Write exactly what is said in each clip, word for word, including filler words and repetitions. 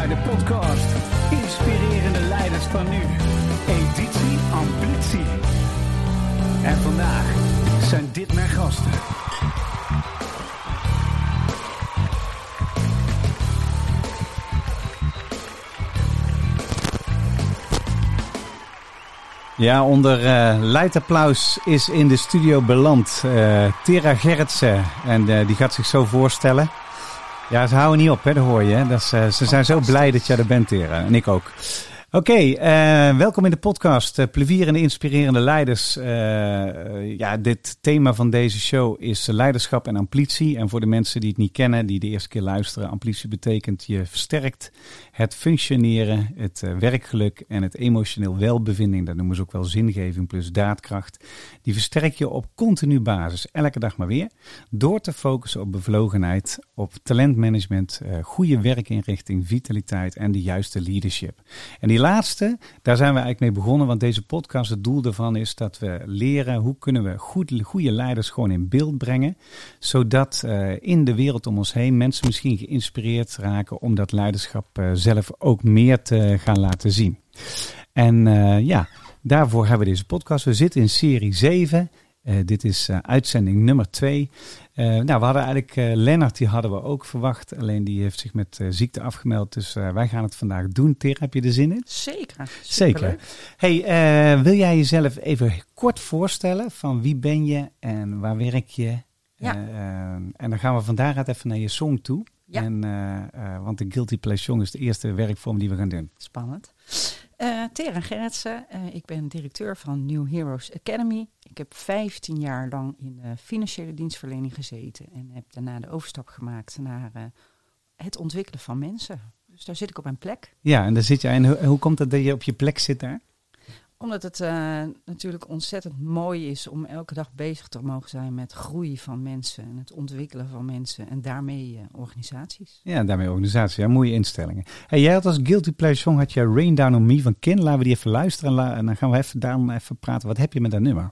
de podcast Inspirerende Leiders van Nu, editie Ambitie. En vandaag zijn dit mijn gasten. Ja, onder uh, luid applaus is in de studio beland uh, Tera Gerritsen. En uh, die gaat zich zo voorstellen. Ja, ze houden niet op, hè, dat hoor je. Hè? Dat is, uh, ze zijn zo blij dat jij er bent, Tera. En ik ook. Oké, okay, uh, welkom in de podcast. Uh, Plevierende, inspirerende leiders. Uh, uh, ja, dit thema van deze show is leiderschap en ambitie. En voor de mensen die het niet kennen, die de eerste keer luisteren. Ambitie betekent je versterkt het functioneren, het uh, werkgeluk en het emotioneel welbevinden. Dat noemen ze ook wel zingeving plus daadkracht. Die versterk je op continu basis, elke dag maar weer. Door te focussen op bevlogenheid, op talentmanagement, uh, goede werkinrichting, vitaliteit en de juiste leadership. En die laatste, daar zijn we eigenlijk mee begonnen, want deze podcast, het doel daarvan is dat we leren hoe kunnen we goed, goede leiders gewoon in beeld brengen, zodat uh, in de wereld om ons heen mensen misschien geïnspireerd raken om dat leiderschap uh, zelf ook meer te gaan laten zien. En uh, ja, daarvoor hebben we deze podcast. We zitten in serie zeven. Uh, dit is uh, uitzending nummer twee. Uh, nou, we hadden eigenlijk uh, Lennart, die hadden we ook verwacht. Alleen die heeft zich met uh, ziekte afgemeld. Dus uh, wij gaan het vandaag doen. Ter, heb je er zin in? Zeker. Zeker. Hey, uh, wil jij jezelf even kort voorstellen? Van wie ben je en waar werk je? Ja. Uh, uh, en dan gaan we van daaruit even naar je song toe. Ja. En, uh, uh, want de Guilty Pleasure Song is de eerste werkvorm die we gaan doen. Spannend. Uh, Tera Gerritsen, uh, ik ben directeur van New Heroes Academy. Ik heb vijftien jaar lang in uh, financiële dienstverlening gezeten en heb daarna de overstap gemaakt naar uh, het ontwikkelen van mensen. Dus daar zit ik op mijn plek. Ja, en daar zit je. En hoe, hoe komt het dat je op je plek zit daar? Omdat het uh, natuurlijk ontzettend mooi is om elke dag bezig te mogen zijn met groei van mensen en het ontwikkelen van mensen en daarmee uh, organisaties. Ja, daarmee organisaties. Ja, mooie instellingen. Hey, jij had als Guilty Pleasure Song had je Rain Down On Me van Kin. Laten we die even luisteren en, la- en dan gaan we even, daarom even praten. Wat heb je met dat nummer?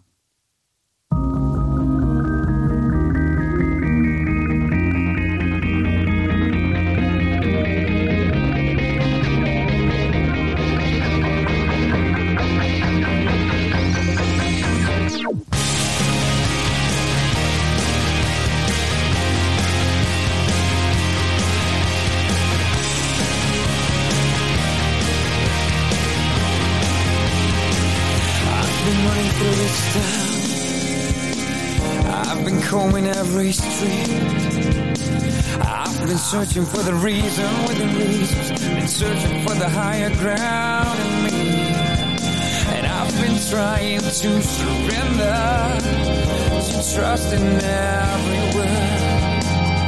I've been combing every street. I've been searching for the reason within reasons. Been searching for the higher ground in me. And I've been trying to surrender, to trust in every word.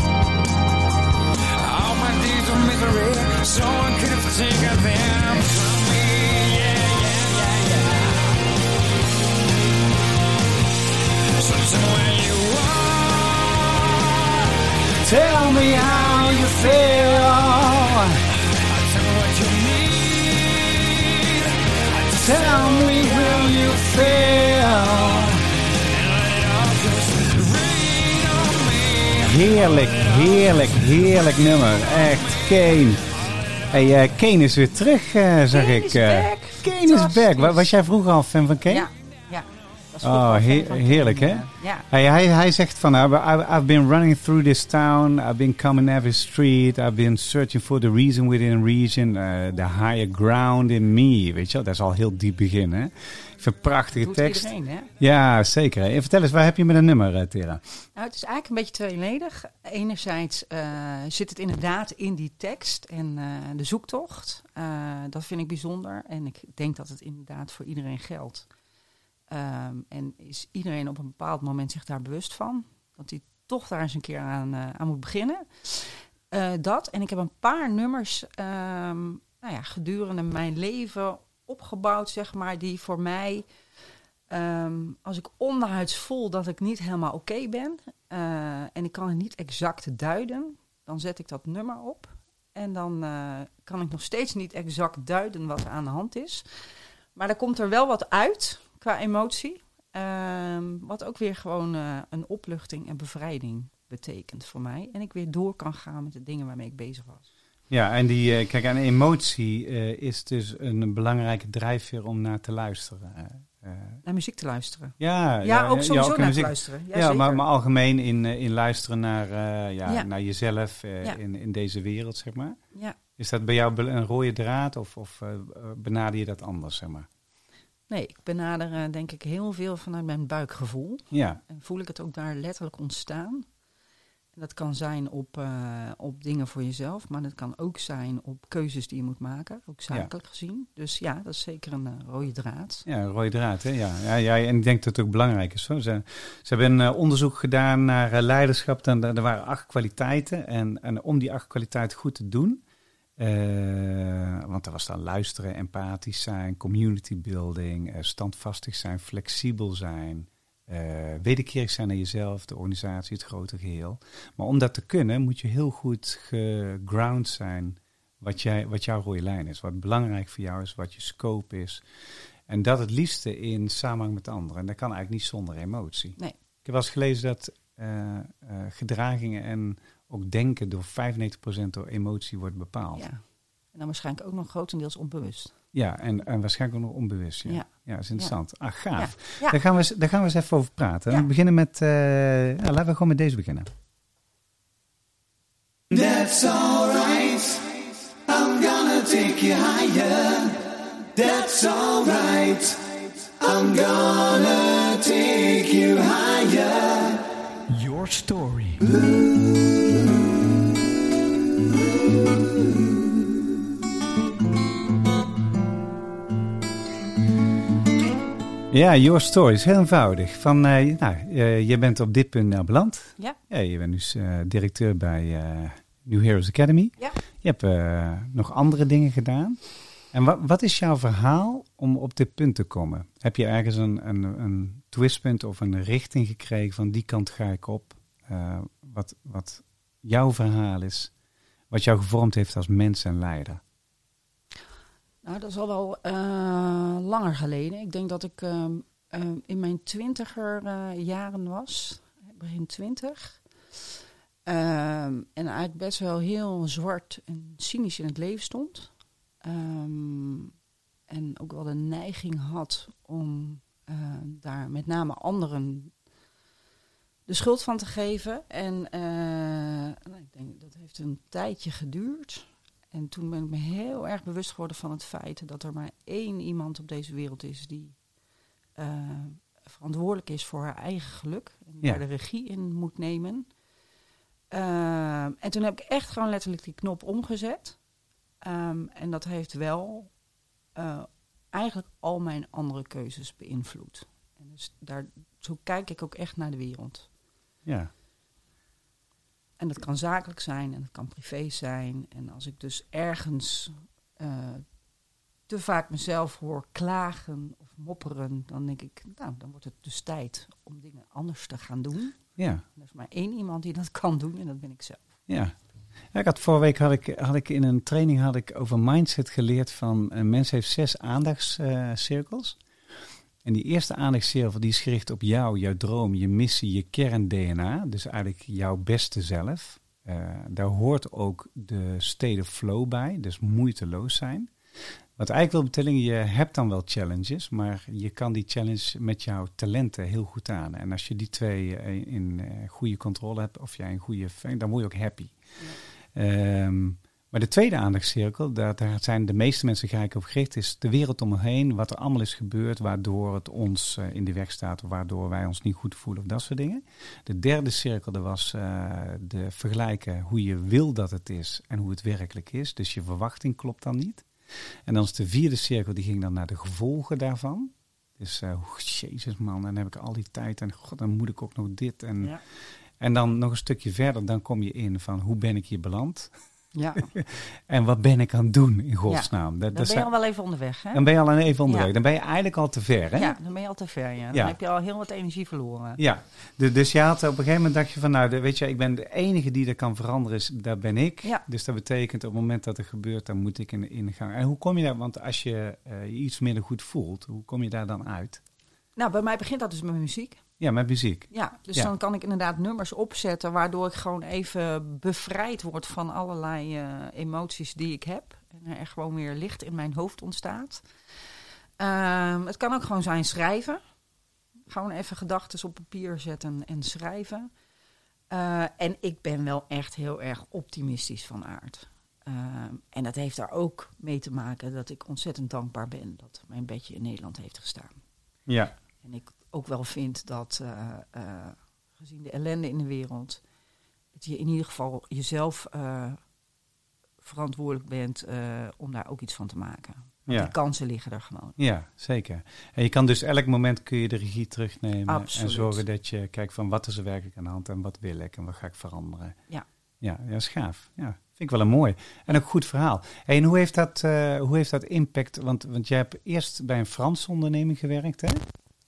All my days of misery, someone could have taken them from me. So tell me where you are. Tell me how you feel. Tell me what you need. Tell me how you feel. And let it all just rain on me. Heerlijk, heerlijk, heerlijk nummer. Echt, Kane. Hey, uh, Kane is weer terug, uh, zag Kane ik. is Uh, back. Kane is back. Was, was jij vroeger al fan van Kane? Ja, ja. Oh, he- heerlijk, hè? Ja. Hey, hij, hij zegt van, I've, I've been running through this town, I've been coming every street, I've been searching for the reason within a region, uh, the higher ground in me. Weet je wel, dat is al heel diep begin, hè? Ik vind een prachtige Doet tekst. iedereen, hè? Ja, zeker. En vertel eens, waar heb je met een nummer, uh, Tera? Nou, het is eigenlijk een beetje tweeledig. Enerzijds uh, zit het inderdaad in die tekst en uh, de zoektocht. Uh, dat vind ik bijzonder en ik denk dat het inderdaad voor iedereen geldt. Um, en is iedereen op een bepaald moment zich daar bewust van. Dat hij toch daar eens een keer aan, uh, aan moet beginnen. Uh, dat. En ik heb een paar nummers um, nou ja, gedurende mijn leven opgebouwd, zeg maar, die voor mij, um, als ik onderhuids voel dat ik niet helemaal oké okay ben, uh, en ik kan het niet exact duiden, dan zet ik dat nummer op. En dan uh, kan ik nog steeds niet exact duiden wat er aan de hand is. Maar er komt er wel wat uit qua emotie. Um, wat ook weer gewoon uh, een opluchting en bevrijding betekent voor mij. En ik weer door kan gaan met de dingen waarmee ik bezig was. Ja, en die, uh, kijk, en emotie uh, is dus een belangrijke drijfveer om naar te luisteren. Uh, naar muziek te luisteren. Ja, ja, ja ook sowieso ja, ook naar muziek, te luisteren. Ja, ja maar, maar algemeen in, uh, in luisteren naar, uh, ja, ja. naar jezelf uh, ja. in, in deze wereld, zeg maar. Ja. Is dat bij jou een rode draad of, of uh, benader je dat anders, zeg maar? Nee, ik benader uh, denk ik heel veel vanuit mijn buikgevoel. Ja. En voel ik het ook daar letterlijk ontstaan. En dat kan zijn op, uh, op dingen voor jezelf, maar dat kan ook zijn op keuzes die je moet maken, ook zakelijk ja. gezien. Dus ja, dat is zeker een uh, rode draad. Ja, een rode draad, hè? Ja. Ja, ja, en ik denk dat het ook belangrijk is. Hoor. Ze, ze hebben een uh, onderzoek gedaan naar uh, leiderschap. En er waren acht kwaliteiten. En, en om die acht kwaliteiten goed te doen, Uh, want er was dan luisteren, empathisch zijn, community building, uh, standvastig zijn, flexibel zijn, uh, wederkerig zijn naar jezelf, de organisatie, het grote geheel. Maar om dat te kunnen moet je heel goed geground zijn wat, jij, wat jouw rode lijn is, wat belangrijk voor jou is, wat je scope is. En dat het liefste in samenhang met anderen. En dat kan eigenlijk niet zonder emotie. Nee. Ik heb wel eens gelezen dat uh, uh, gedragingen en ook denken door vijfennegentig procent door emotie wordt bepaald. Ja. En dan waarschijnlijk ook nog grotendeels onbewust. Ja, en, en waarschijnlijk ook nog onbewust. Ja, ja. ja dat is interessant. Ja. Ah, gaaf. Ja. Ja. Daar, gaan we, daar gaan we eens even over praten. Ja. We beginnen met... Uh, ja, laten we gewoon met deze beginnen. That's alright. I'm gonna take you higher. That's alright. I'm gonna take you higher. Your story. Ja, Your Story is heel eenvoudig. Van, uh, nou, uh, je bent op dit punt nou beland. Ja. Ja, je bent dus uh, directeur bij uh, New Heroes Academy. Ja. Je hebt uh, nog andere dingen gedaan. En wat, wat is jouw verhaal om op dit punt te komen? Heb je ergens een, een, een twistpunt of een richting gekregen van die kant ga ik op? Uh, wat, wat jouw verhaal is, wat jou gevormd heeft als mens en leider? Nou, dat is al wel uh, langer geleden. Ik denk dat ik uh, uh, in mijn twintiger uh, jaren was, begin twintig. Uh, en eigenlijk best wel heel zwart en cynisch in het leven stond. Um, en ook wel de neiging had om uh, daar met name anderen de schuld van te geven. En uh, nou, ik denk dat heeft een tijdje geduurd. En toen ben ik me heel erg bewust geworden van het feit dat er maar één iemand op deze wereld is die uh, verantwoordelijk is voor haar eigen geluk. En ja. daar de regie in moet nemen. Uh, en toen heb ik echt gewoon letterlijk die knop omgezet. Um, en dat heeft wel uh, eigenlijk al mijn andere keuzes beïnvloed. En dus daar, zo kijk ik ook echt naar de wereld. Ja. En dat kan zakelijk zijn en dat kan privé zijn. En als ik dus ergens uh, te vaak mezelf hoor klagen of mopperen, dan denk ik, nou, dan wordt het dus tijd om dingen anders te gaan doen. Ja. En er is maar één iemand die dat kan doen en dat ben ik zelf. Ja. Ja, ik had vorige week had ik, had ik in een training had ik over mindset geleerd van een mens heeft zes aandachtscirkels. Uh, en die eerste aandachtscirkel die is gericht op jou, jouw droom, je missie, je kern-D N A. Dus eigenlijk jouw beste zelf. Uh, daar hoort ook de state of flow bij, dus moeiteloos zijn. Wat eigenlijk wil betekenen, je hebt dan wel challenges, maar je kan die challenge met jouw talenten heel goed aan. En als je die twee uh, in uh, goede controle hebt, of jij een goede, dan word je ook happy. Ja. Um, maar de tweede aandachtscirkel, daar, daar zijn de meeste mensen gelijk op gericht, is de wereld om me heen, wat er allemaal is gebeurd, waardoor het ons uh, in de weg staat, of waardoor wij ons niet goed voelen, of dat soort dingen. De derde cirkel, dat was uh, de vergelijken hoe je wil dat het is en hoe het werkelijk is. Dus je verwachting klopt dan niet. En dan is de vierde cirkel, die ging dan naar de gevolgen daarvan. Dus, uh, oh, jezus man, dan heb ik al die tijd en god, dan moet ik ook nog dit. En, ja. en dan nog een stukje verder, dan kom je in van hoe ben ik hier beland? Ja. En wat ben ik aan het doen in godsnaam? Ja, dat, dan dat ben je al wel even onderweg, hè? Dan ben je al even onderweg. Ja. Dan ben je eigenlijk al te ver, hè? Ja, dan ben je al te ver, ja. Dan ja. heb je al heel wat energie verloren. Ja, de, dus je had op een gegeven moment dacht je van, nou, de, weet je, ik ben de enige die dat kan veranderen, is, dat ben ik. Ja. Dus dat betekent op het moment dat er gebeurt, dan moet ik in de ingang. En hoe kom je daar, want als je uh, je iets minder goed voelt, hoe kom je daar dan uit? Nou, bij mij begint dat dus met muziek. Ja, met muziek. Ja, dus Ja. dan kan ik inderdaad nummers opzetten... waardoor ik gewoon even bevrijd word van allerlei uh, emoties die ik heb. En er gewoon weer licht in mijn hoofd ontstaat. Um, het kan ook gewoon zijn schrijven. Gewoon even gedachten op papier zetten en schrijven. Uh, en ik ben wel echt heel erg optimistisch van aard. Uh, en dat heeft daar ook mee te maken dat ik ontzettend dankbaar ben... dat mijn bedje in Nederland heeft gestaan. Ja. En ik ook wel vind dat, uh, uh, gezien de ellende in de wereld... dat je in ieder geval jezelf uh, verantwoordelijk bent uh, om daar ook iets van te maken. Want Ja. die kansen liggen er gewoon. Ja, zeker. En je kan dus elk moment kun je de regie terugnemen... Absoluut. en zorgen dat je kijkt van wat is er werkelijk aan de hand... en wat wil ik en wat ga ik veranderen. Ja. Ja, ja, is gaaf. Ja, vind ik wel een mooi. En ook een goed verhaal. Hey, en hoe heeft dat, uh, hoe heeft dat impact? Want, want jij hebt eerst bij een Franse onderneming gewerkt, hè?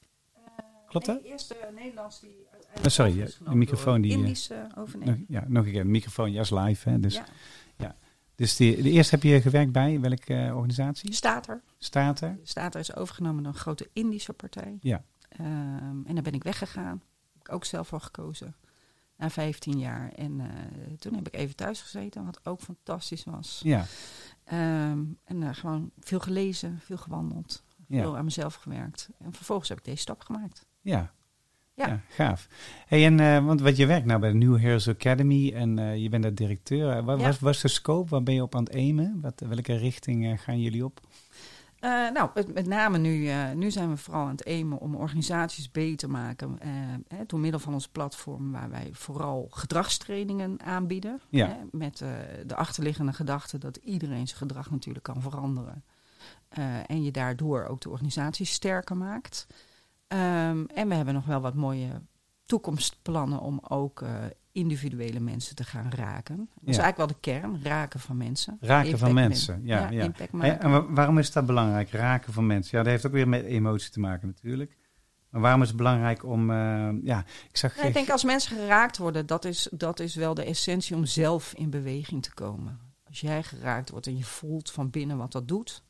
Klopt dat? De eerste Nederlands die uiteindelijk... Oh, sorry, ja, de microfoon die... Indische uh, overneming. Nog, ja, nog een keer. De microfoon, ja, is live, hè? Dus, Ja. ja. Dus die, de eerste heb je gewerkt bij welke uh, organisatie? Stater. Stater. Stater is overgenomen door een grote Indische partij. Ja. Um, en daar ben ik weggegaan. Heb ik ook zelf voor gekozen. Na vijftien jaar. En uh, toen heb ik even thuis gezeten, wat ook fantastisch was. Ja. Um, en uh, gewoon veel gelezen, veel gewandeld. Ja. Veel aan mezelf gewerkt. En vervolgens heb ik deze stap gemaakt. Ja. Ja. Ja, gaaf. Hey, en, uh, want wat je werkt nou bij de New Heroes Academy en uh, je bent daar directeur. Uh, wat Ja. was, was de scope? Waar ben je op aan het aimen? Wat, welke richting uh, gaan jullie op? Uh, nou, met, met name nu, uh, nu zijn we vooral aan het aimen om organisaties beter te maken. Uh, hè, door middel van ons platform waar wij vooral gedragstrainingen aanbieden. Ja. Hè, met uh, de achterliggende gedachte dat iedereen zijn gedrag natuurlijk kan veranderen. Uh, en je daardoor ook de organisatie sterker maakt. Um, en we hebben nog wel wat mooie toekomstplannen om ook uh, individuele mensen te gaan raken. Dat is Ja. eigenlijk wel de kern, raken van mensen. Raken Impact van men- mensen, ja. ja. impact Hey, maken. en wa- waarom is dat belangrijk, raken van mensen? Ja, dat heeft ook weer met emotie te maken natuurlijk. Maar waarom is het belangrijk om... Uh, ja, ik zag... Ja, ik denk als mensen geraakt worden, dat is, dat is wel de essentie om zelf in beweging te komen. Als jij geraakt wordt en je voelt van binnen wat dat doet,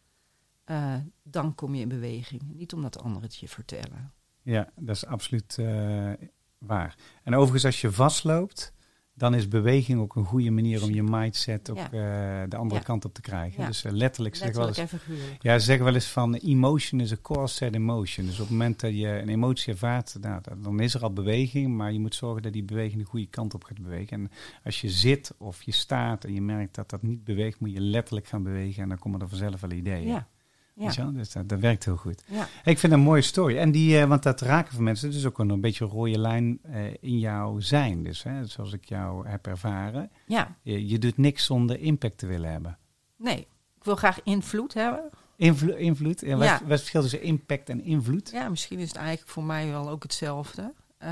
uh, dan kom je in beweging. Niet omdat anderen het je vertellen. Ja, dat is absoluut uh, waar. En overigens, als je vastloopt, dan is beweging ook een goede manier om je mindset ook Ja. uh, de andere Ja. kant op te krijgen. Ja. Dus uh, letterlijk zeg ik wel Letterlijk eens... en figuurlijk. Ja, ze zeggen wel eens van emotion is a cause set emotion. Dus op het moment dat je een emotie ervaart, nou, dan is er al beweging, maar je moet zorgen dat die beweging de goede kant op gaat bewegen. En als je zit of je staat en je merkt dat dat niet beweegt, moet je letterlijk gaan bewegen en dan komen er vanzelf wel ideeën. Ja. Ja. Weet je wel? Dus dat, dat werkt heel goed. Ja. Ik vind het een mooie story. En die, uh, want dat raken van mensen, dat is ook een, een beetje een rode lijn uh, in jouw zijn. Dus hè, zoals ik jou heb ervaren. Ja. Je, je doet niks zonder impact te willen hebben. Nee, ik wil graag invloed hebben. Invlo- invloed? Ja, wat, Ja. wat is het verschil tussen impact en invloed? Ja, misschien is het eigenlijk voor mij wel ook hetzelfde. Uh,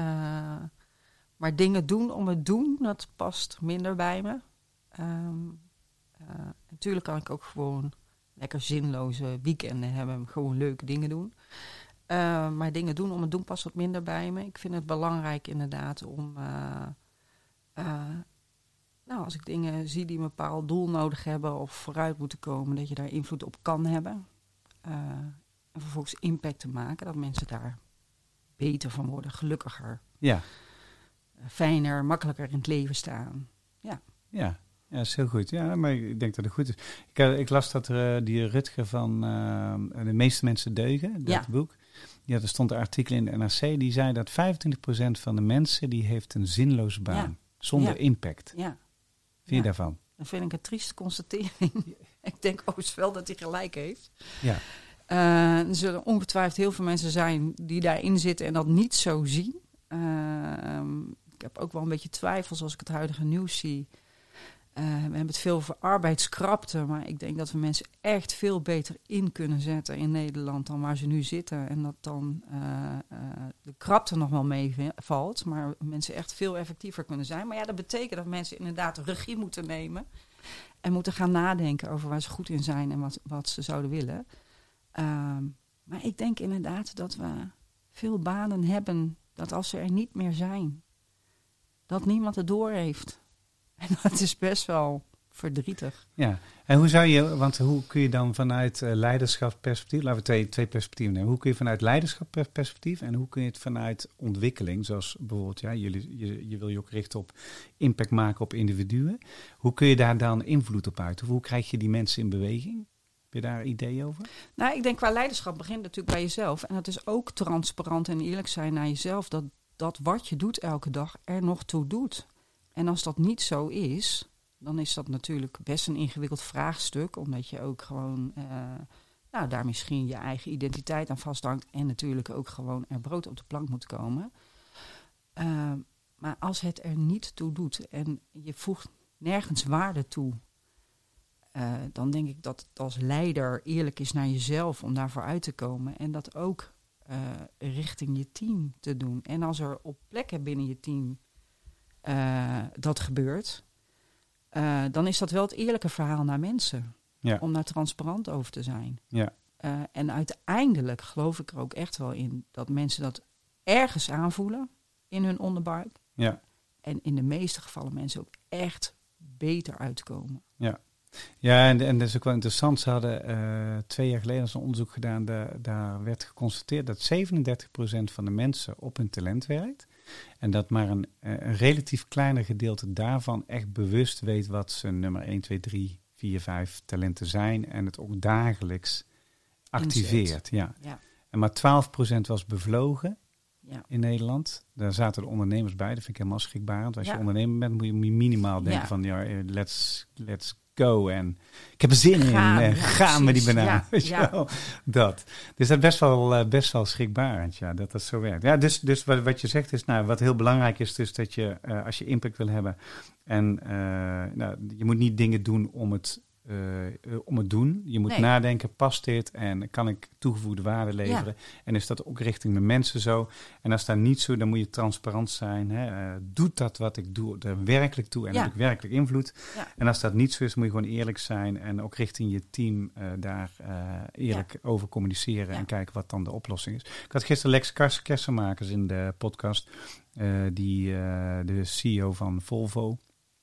maar dingen doen om het doen, dat past minder bij me. Um, uh, natuurlijk kan ik ook gewoon lekker zinloze weekenden hebben, gewoon leuke dingen doen. Uh, maar dingen doen om het doen past wat minder bij me. Ik vind het belangrijk inderdaad om... Uh, uh, nou, als ik dingen zie die een bepaald doel nodig hebben of vooruit moeten komen, dat je daar invloed op kan hebben. Uh, en vervolgens impact te maken, dat mensen daar beter van worden, gelukkiger, Ja. uh, fijner, makkelijker in het leven staan. Ja. Ja. Ja, dat is heel goed. Ja, maar ik denk dat het goed is. Ik, uh, ik las dat er uh, die Rutger van uh, De meeste mensen deugen, dat Ja. boek. Ja, er stond een artikel in de N R C, die zei dat vijfentwintig procent van de mensen die heeft een zinloze baan. Ja. Zonder Ja. impact. Ja. Vind Ja. je daarvan? Dan vind ik een trieste constatering. Ik denk overigens wel dat hij gelijk heeft. Ja. Uh, er zullen ongetwijfeld heel veel mensen zijn die daarin zitten en dat niet zo zien. Uh, um, ik heb ook wel een beetje twijfels als ik het huidige nieuws zie. Uh, we hebben het veel over arbeidskrapte, maar ik denk dat we mensen echt veel beter in kunnen zetten in Nederland dan waar ze nu zitten. En dat dan uh, uh, de krapte nog wel meevalt, maar mensen echt veel effectiever kunnen zijn. Maar ja, dat betekent dat mensen inderdaad regie moeten nemen en moeten gaan nadenken over waar ze goed in zijn en wat, wat ze zouden willen. Um, maar ik denk inderdaad dat we veel banen hebben, dat als ze er niet meer zijn, dat niemand het door heeft. En dat is best wel verdrietig. Ja, en hoe zou je, want hoe kun je dan vanuit uh, leiderschapsperspectief, laten we twee, twee perspectieven nemen. Hoe kun je vanuit leiderschapsperspectief en hoe kun je het vanuit ontwikkeling, zoals bijvoorbeeld, ja, jullie, je, je wil je ook richten op impact maken op individuen. Hoe kun je daar dan invloed op uit? Hoe krijg je die mensen in beweging? Heb je daar ideeën over? Nou, ik denk qua leiderschap begint natuurlijk bij jezelf. En dat is ook transparant en eerlijk zijn naar jezelf. Dat, dat wat je doet elke dag er nog toe doet. En als dat niet zo is, dan is dat natuurlijk best een ingewikkeld vraagstuk. Omdat je ook gewoon uh, nou, daar misschien je eigen identiteit aan vasthangt. En natuurlijk ook gewoon er brood op de plank moet komen. Uh, maar als het er niet toe doet en je voegt nergens waarde toe, Uh, dan denk ik dat het als leider eerlijk is naar jezelf om daarvoor uit te komen. En dat ook uh, richting je team te doen. En als er op plekken binnen je team uh, dat gebeurt, uh, dan is dat wel het eerlijke verhaal naar mensen. Ja. Om daar transparant over te zijn. Ja. Uh, en uiteindelijk geloof ik er ook echt wel in dat mensen dat ergens aanvoelen in hun onderbuik. Ja. En in de meeste gevallen mensen ook echt beter uitkomen. Ja. Ja, en, en dat is ook wel interessant. Ze hadden uh, twee jaar geleden een onderzoek gedaan. De, daar werd geconstateerd dat zevenendertig procent van de mensen op hun talent werkt. En dat maar een, een relatief kleiner gedeelte daarvan echt bewust weet wat zijn nummer één, twee, drie, vier, vijf talenten zijn. En het ook dagelijks activeert. Ja. Ja. En maar twaalf procent was bevlogen. Ja. In Nederland. Daar zaten de ondernemers bij. Dat vind ik helemaal schrikbarend. Als ja. je ondernemer bent, moet je minimaal denken ja. van ja, let's, let's go. En ik heb er zin gaan, in. Ja, gaan met die banaan. Ja, Weet je ja. wel? Dat. Dus dat is best wel, uh, best wel schrikbarend. Ja, dat dat zo werkt. Ja, dus, dus wat, wat je zegt is, nou, wat heel belangrijk is, dus dat je, uh, als je impact wil hebben, en uh, nou, je moet niet dingen doen om het Uh, uh, om het doen. Je moet nee. nadenken, past dit en kan ik toegevoegde waarde leveren? Ja. En is dat ook richting de mensen zo? En als dat niet zo, dan moet je transparant zijn. Hè? Uh, doet dat wat ik doe er werkelijk toe en ja. heb ik werkelijk invloed? Ja. En als dat niet zo is, moet je gewoon eerlijk zijn en ook richting je team uh, daar uh, eerlijk ja. over communiceren ja. en kijken wat dan de oplossing is. Ik had gisteren Lex Kesselmakers in de podcast, uh, die uh, de C E O van Volvo.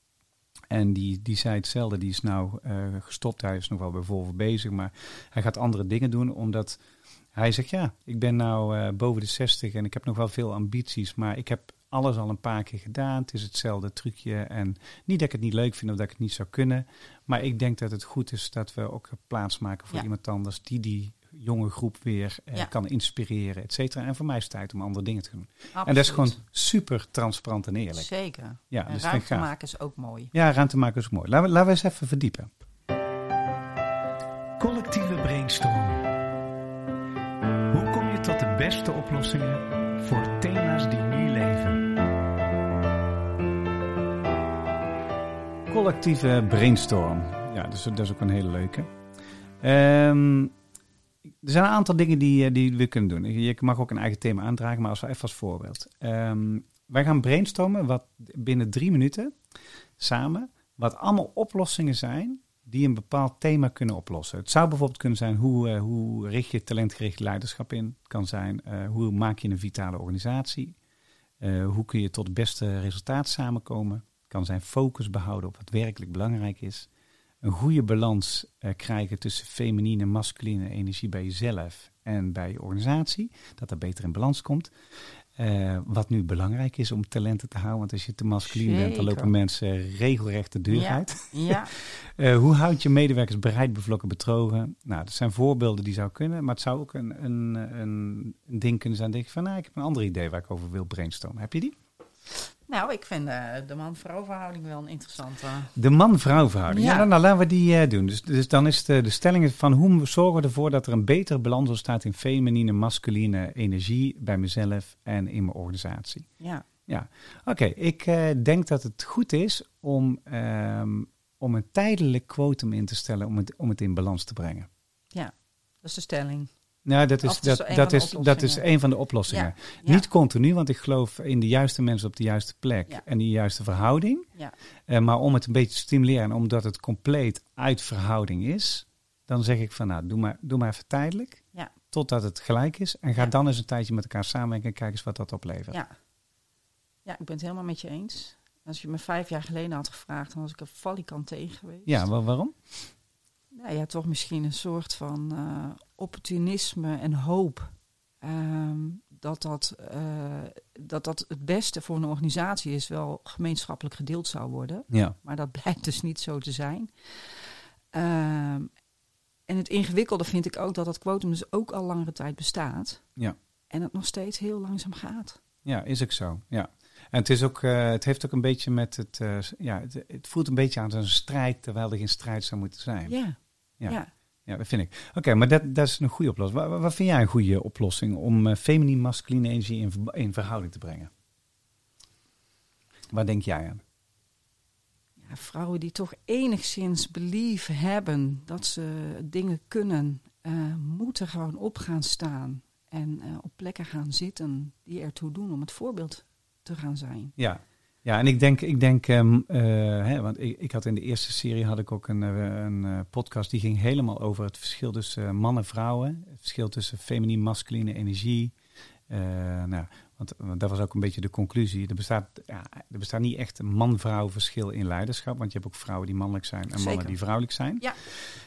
En die, die zei hetzelfde, die is nou uh, gestopt. Hij is nog wel bij Volvo bezig, maar hij gaat andere dingen doen. Omdat hij zegt, ja, ik ben nou uh, boven de zestig en ik heb nog wel veel ambities. Maar ik heb alles al een paar keer gedaan. Het is hetzelfde trucje. En niet dat ik het niet leuk vind of dat ik het niet zou kunnen. Maar ik denk dat het goed is dat we ook plaats maken voor ja. iemand anders die die jonge groep weer uh, ja. kan inspireren, et cetera. En voor mij is het tijd om andere dingen te doen. Absoluut. En dat is gewoon super transparant en eerlijk. Zeker. Ja, en dus ruimte maken is ook mooi. Ja, ruimte maken is ook mooi. Laten we, laten we eens even verdiepen. Collectieve brainstorm. Hoe kom je tot de beste oplossingen voor thema's die nu leven? Collectieve brainstorm. Ja, dus, dat is ook een hele leuke. Um, Er zijn een aantal dingen die, die we kunnen doen. Je mag ook een eigen thema aandragen, maar als we even als voorbeeld. Um, wij gaan brainstormen wat binnen drie minuten samen, wat allemaal oplossingen zijn die een bepaald thema kunnen oplossen. Het zou bijvoorbeeld kunnen zijn, hoe, uh, hoe richt je talentgericht leiderschap in? Het kan zijn, uh, hoe maak je een vitale organisatie? Uh, hoe kun je tot het beste resultaat samenkomen? Het kan zijn focus behouden op wat werkelijk belangrijk is. Een goede balans uh, krijgen tussen feminine en masculine energie bij jezelf en bij je organisatie. Dat dat beter in balans komt. Uh, wat nu belangrijk is om talenten te houden. Want als je te masculin bent, dan lopen mensen regelrecht de deur ja. uit. Ja. uh, hoe houd je medewerkers bereid, bevlokken, betrogen? Nou, dat zijn voorbeelden die zou kunnen. Maar het zou ook een, een, een, een ding kunnen zijn. Dan denk je van, nou, ik heb een ander idee waar ik over wil brainstormen. Heb je die? Nou, ik vind uh, de man-vrouw verhouding wel een interessante. De man-vrouw verhouding. Ja, ja nou, nou, laten we die uh, doen. Dus, dus dan is de, de stelling van hoe zorgen we ervoor dat er een betere balans ontstaat in feminine, masculine energie bij mezelf en in mijn organisatie. Ja. Ja, oké. Okay, ik uh, denk dat het goed is om, um, om een tijdelijk quotum in te stellen om het, om het in balans te brengen. Ja, dat is de stelling. Nou, dat is, dat, dat, is, dat is een van de oplossingen. Ja, ja. Niet continu, want ik geloof in de juiste mensen op de juiste plek ja. en de juiste verhouding. Ja. Uh, maar om het een beetje te stimuleren en omdat het compleet uit verhouding is, dan zeg ik van nou, doe maar, doe maar even tijdelijk, ja. totdat het gelijk is. En ga ja. dan eens een tijdje met elkaar samenwerken en kijk eens wat dat oplevert. Ja, ja ik ben het helemaal met je eens. Als je me vijf jaar geleden had gevraagd, dan was ik er valikant tegen geweest. Ja, waar, waarom? Nou ja, toch misschien een soort van uh, opportunisme en hoop. Um, dat, dat, uh, dat dat het beste voor een organisatie is, wel gemeenschappelijk gedeeld zou worden. Ja. Maar dat blijkt dus niet zo te zijn. Um, en het ingewikkelde vind ik ook dat dat quotum dus ook al langere tijd bestaat. Ja. En het nog steeds heel langzaam gaat. Ja, is ook zo. Ja. En het, is ook, uh, het heeft ook een beetje met het... Uh, ja, het, het voelt een beetje aan als een strijd, terwijl er geen strijd zou moeten zijn. Ja. Ja, ja. ja dat vind ik. Oké, okay, maar dat, dat is een goede oplossing. Wat, wat vind jij een goede oplossing om uh, feminine, masculine energie in, in verhouding te brengen? Waar denk jij aan? Ja, vrouwen die toch enigszins belief hebben dat ze dingen kunnen, uh, moeten gewoon op gaan staan. En uh, op plekken gaan zitten die ertoe doen om het voorbeeld te gaan zijn. Ja, ja en ik denk, ik denk um, uh, hè, want ik, ik had in de eerste serie had ik ook een, uh, een uh, podcast die ging helemaal over het verschil tussen uh, mannen en vrouwen. Het verschil tussen feminine, masculine energie. Uh, nou, want, want dat was ook een beetje de conclusie. Er bestaat, ja, er bestaat niet echt een man-vrouw verschil in leiderschap. Want je hebt ook vrouwen die mannelijk zijn en Zeker. mannen die vrouwelijk zijn. Ja.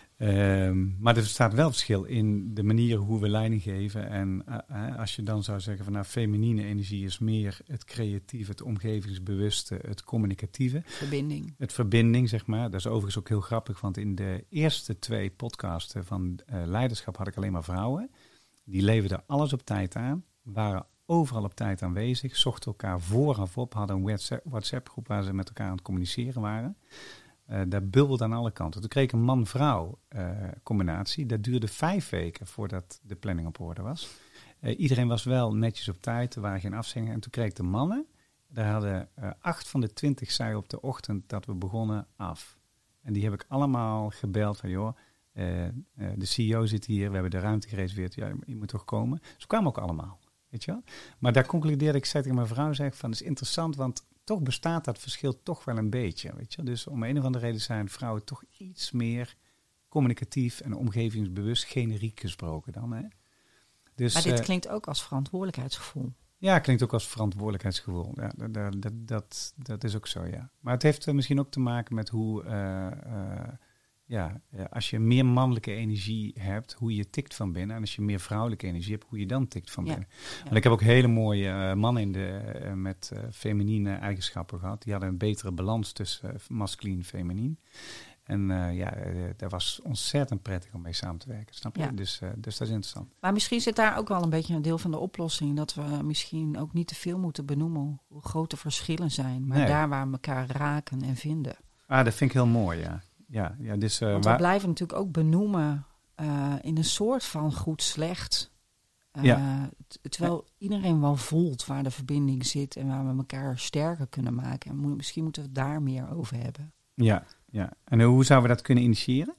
Um, maar er bestaat wel verschil in de manier hoe we leiding geven. En uh, uh, als je dan zou zeggen van nou, feminine energie is meer het creatieve, het omgevingsbewuste, het communicatieve. Verbinding. Het verbinding, zeg maar. Dat is overigens ook heel grappig, want in de eerste twee podcasten van uh, leiderschap had ik alleen maar vrouwen. Die leverden alles op tijd aan, waren overal op tijd aanwezig, zochten elkaar vooraf op, hadden een WhatsApp, WhatsApp-groep waar ze met elkaar aan het communiceren waren. Uh, daar bubbelde aan alle kanten. Toen kreeg ik een man-vrouw uh, combinatie. Dat duurde vijf weken voordat de planning op orde was. Uh, iedereen was wel netjes op tijd, er waren geen afzeggingen. En toen kreeg ik de mannen. Daar hadden uh, acht van de twintig zei op de ochtend dat we begonnen af. En die heb ik allemaal gebeld van joh, uh, uh, de C E O zit hier, we hebben de ruimte gereserveerd. Ja, je moet toch komen? Ze kwamen ook allemaal, weet je wel. Maar daar concludeerde ik, zei tegen mijn vrouw, zeg van, dat is interessant, want toch bestaat dat verschil toch wel een beetje, weet je. Dus om een of andere reden zijn vrouwen toch iets meer communicatief en omgevingsbewust, generiek gesproken dan. Hè? Dus, maar dit uh, klinkt ook als verantwoordelijkheidsgevoel. Ja, klinkt ook als verantwoordelijkheidsgevoel. Ja, dat, dat, dat, dat is ook zo, ja. Maar het heeft uh, misschien ook te maken met hoe, uh, uh, ja, uh, als je meer mannelijke energie hebt, hoe je tikt van binnen. En als je meer vrouwelijke energie hebt, hoe je dan tikt van binnen. Ja. Ja. En ik heb ook hele mooie uh, mannen in de, uh, met uh, feminine eigenschappen gehad. Die hadden een betere balans tussen uh, masculin en feminien. En uh, ja, uh, dat was ontzettend prettig om mee samen te werken, snap je? Ja. Dus, uh, dus dat is interessant. Maar misschien zit daar ook wel een beetje een deel van de oplossing. Dat we misschien ook niet te veel moeten benoemen hoe grote verschillen zijn. Maar nee. daar waar we elkaar raken en vinden. Ah, dat vind ik heel mooi, ja. ja, ja dus, uh, Want waar... we blijven natuurlijk ook benoemen uh, in een soort van goed-slecht. Uh, ja. t- terwijl ja. iedereen wel voelt waar de verbinding zit en waar we elkaar sterker kunnen maken. En mo- misschien moeten we het daar meer over hebben. Ja. Ja, en hoe zouden we dat kunnen initiëren?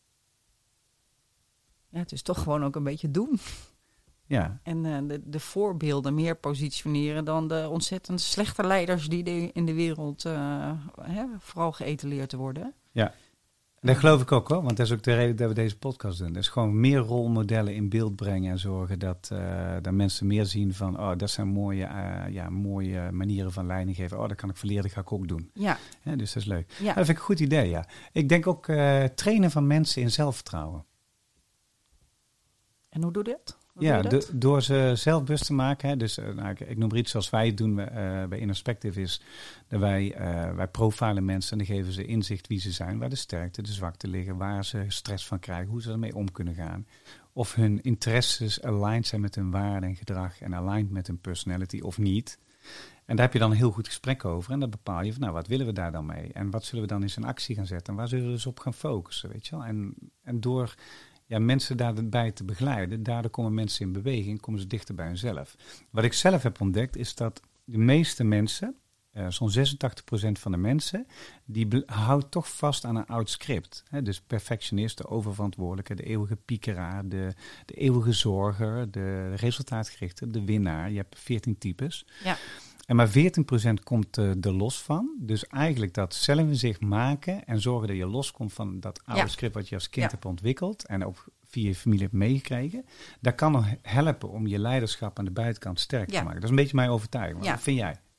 Ja, het is toch gewoon ook een beetje doen. Ja. En uh, de, de voorbeelden meer positioneren dan de ontzettend slechte leiders die de, in de wereld uh, hè, vooral geëtaleerd worden. Ja, dat geloof ik ook hoor, want dat is ook de reden dat we deze podcast doen. Dus gewoon meer rolmodellen in beeld brengen en zorgen dat, uh, dat mensen meer zien van, oh, dat zijn mooie, uh, ja, mooie manieren van leiding geven. Oh, dat kan ik verleren, dat ga ik ook doen. Ja. Ja, dus dat is leuk. Ja. Dat vind ik een goed idee, ja. Ik denk ook uh, trainen van mensen in zelfvertrouwen. En hoe doe je dat? Hoe ja, doe je dat? Do- door ze zelfbewust te maken. Hè. Dus uh, nou, ik, ik noem er iets zoals wij het doen uh, bij Innospective is dat wij, uh, wij profilen mensen en dan geven ze inzicht wie ze zijn, waar de sterkte, de zwakte liggen, waar ze stress van krijgen, hoe ze ermee om kunnen gaan. Of hun interesses aligned zijn met hun waarden en gedrag en aligned met hun personality of niet. En daar heb je dan een heel goed gesprek over en dan bepaal je van nou, wat willen we daar dan mee? En wat zullen we dan in zijn actie gaan zetten? En waar zullen we dus op gaan focussen, weet je wel? En, en door ja, mensen daarbij te begeleiden, daardoor komen mensen in beweging, komen ze dichter bij hunzelf. Wat ik zelf heb ontdekt is dat de meeste mensen, uh, zo'n zesentachtig procent van de mensen, die be- houdt toch vast aan een oud script. Hè? Dus perfectionist, de oververantwoordelijke, de eeuwige piekeraar, de, de eeuwige zorger, de resultaatgerichte, de winnaar. Je hebt veertien types. Ja. En maar veertien procent komt uh, er los van. Dus eigenlijk dat zelf in zich maken en zorgen dat je loskomt van dat oude ja. script wat je als kind ja. hebt ontwikkeld en ook via je familie hebt meegekregen. Dat kan nog helpen om je leiderschap aan de buitenkant sterk ja. te maken. Dat is een beetje mijn overtuiging. Ja. Wat vind jij?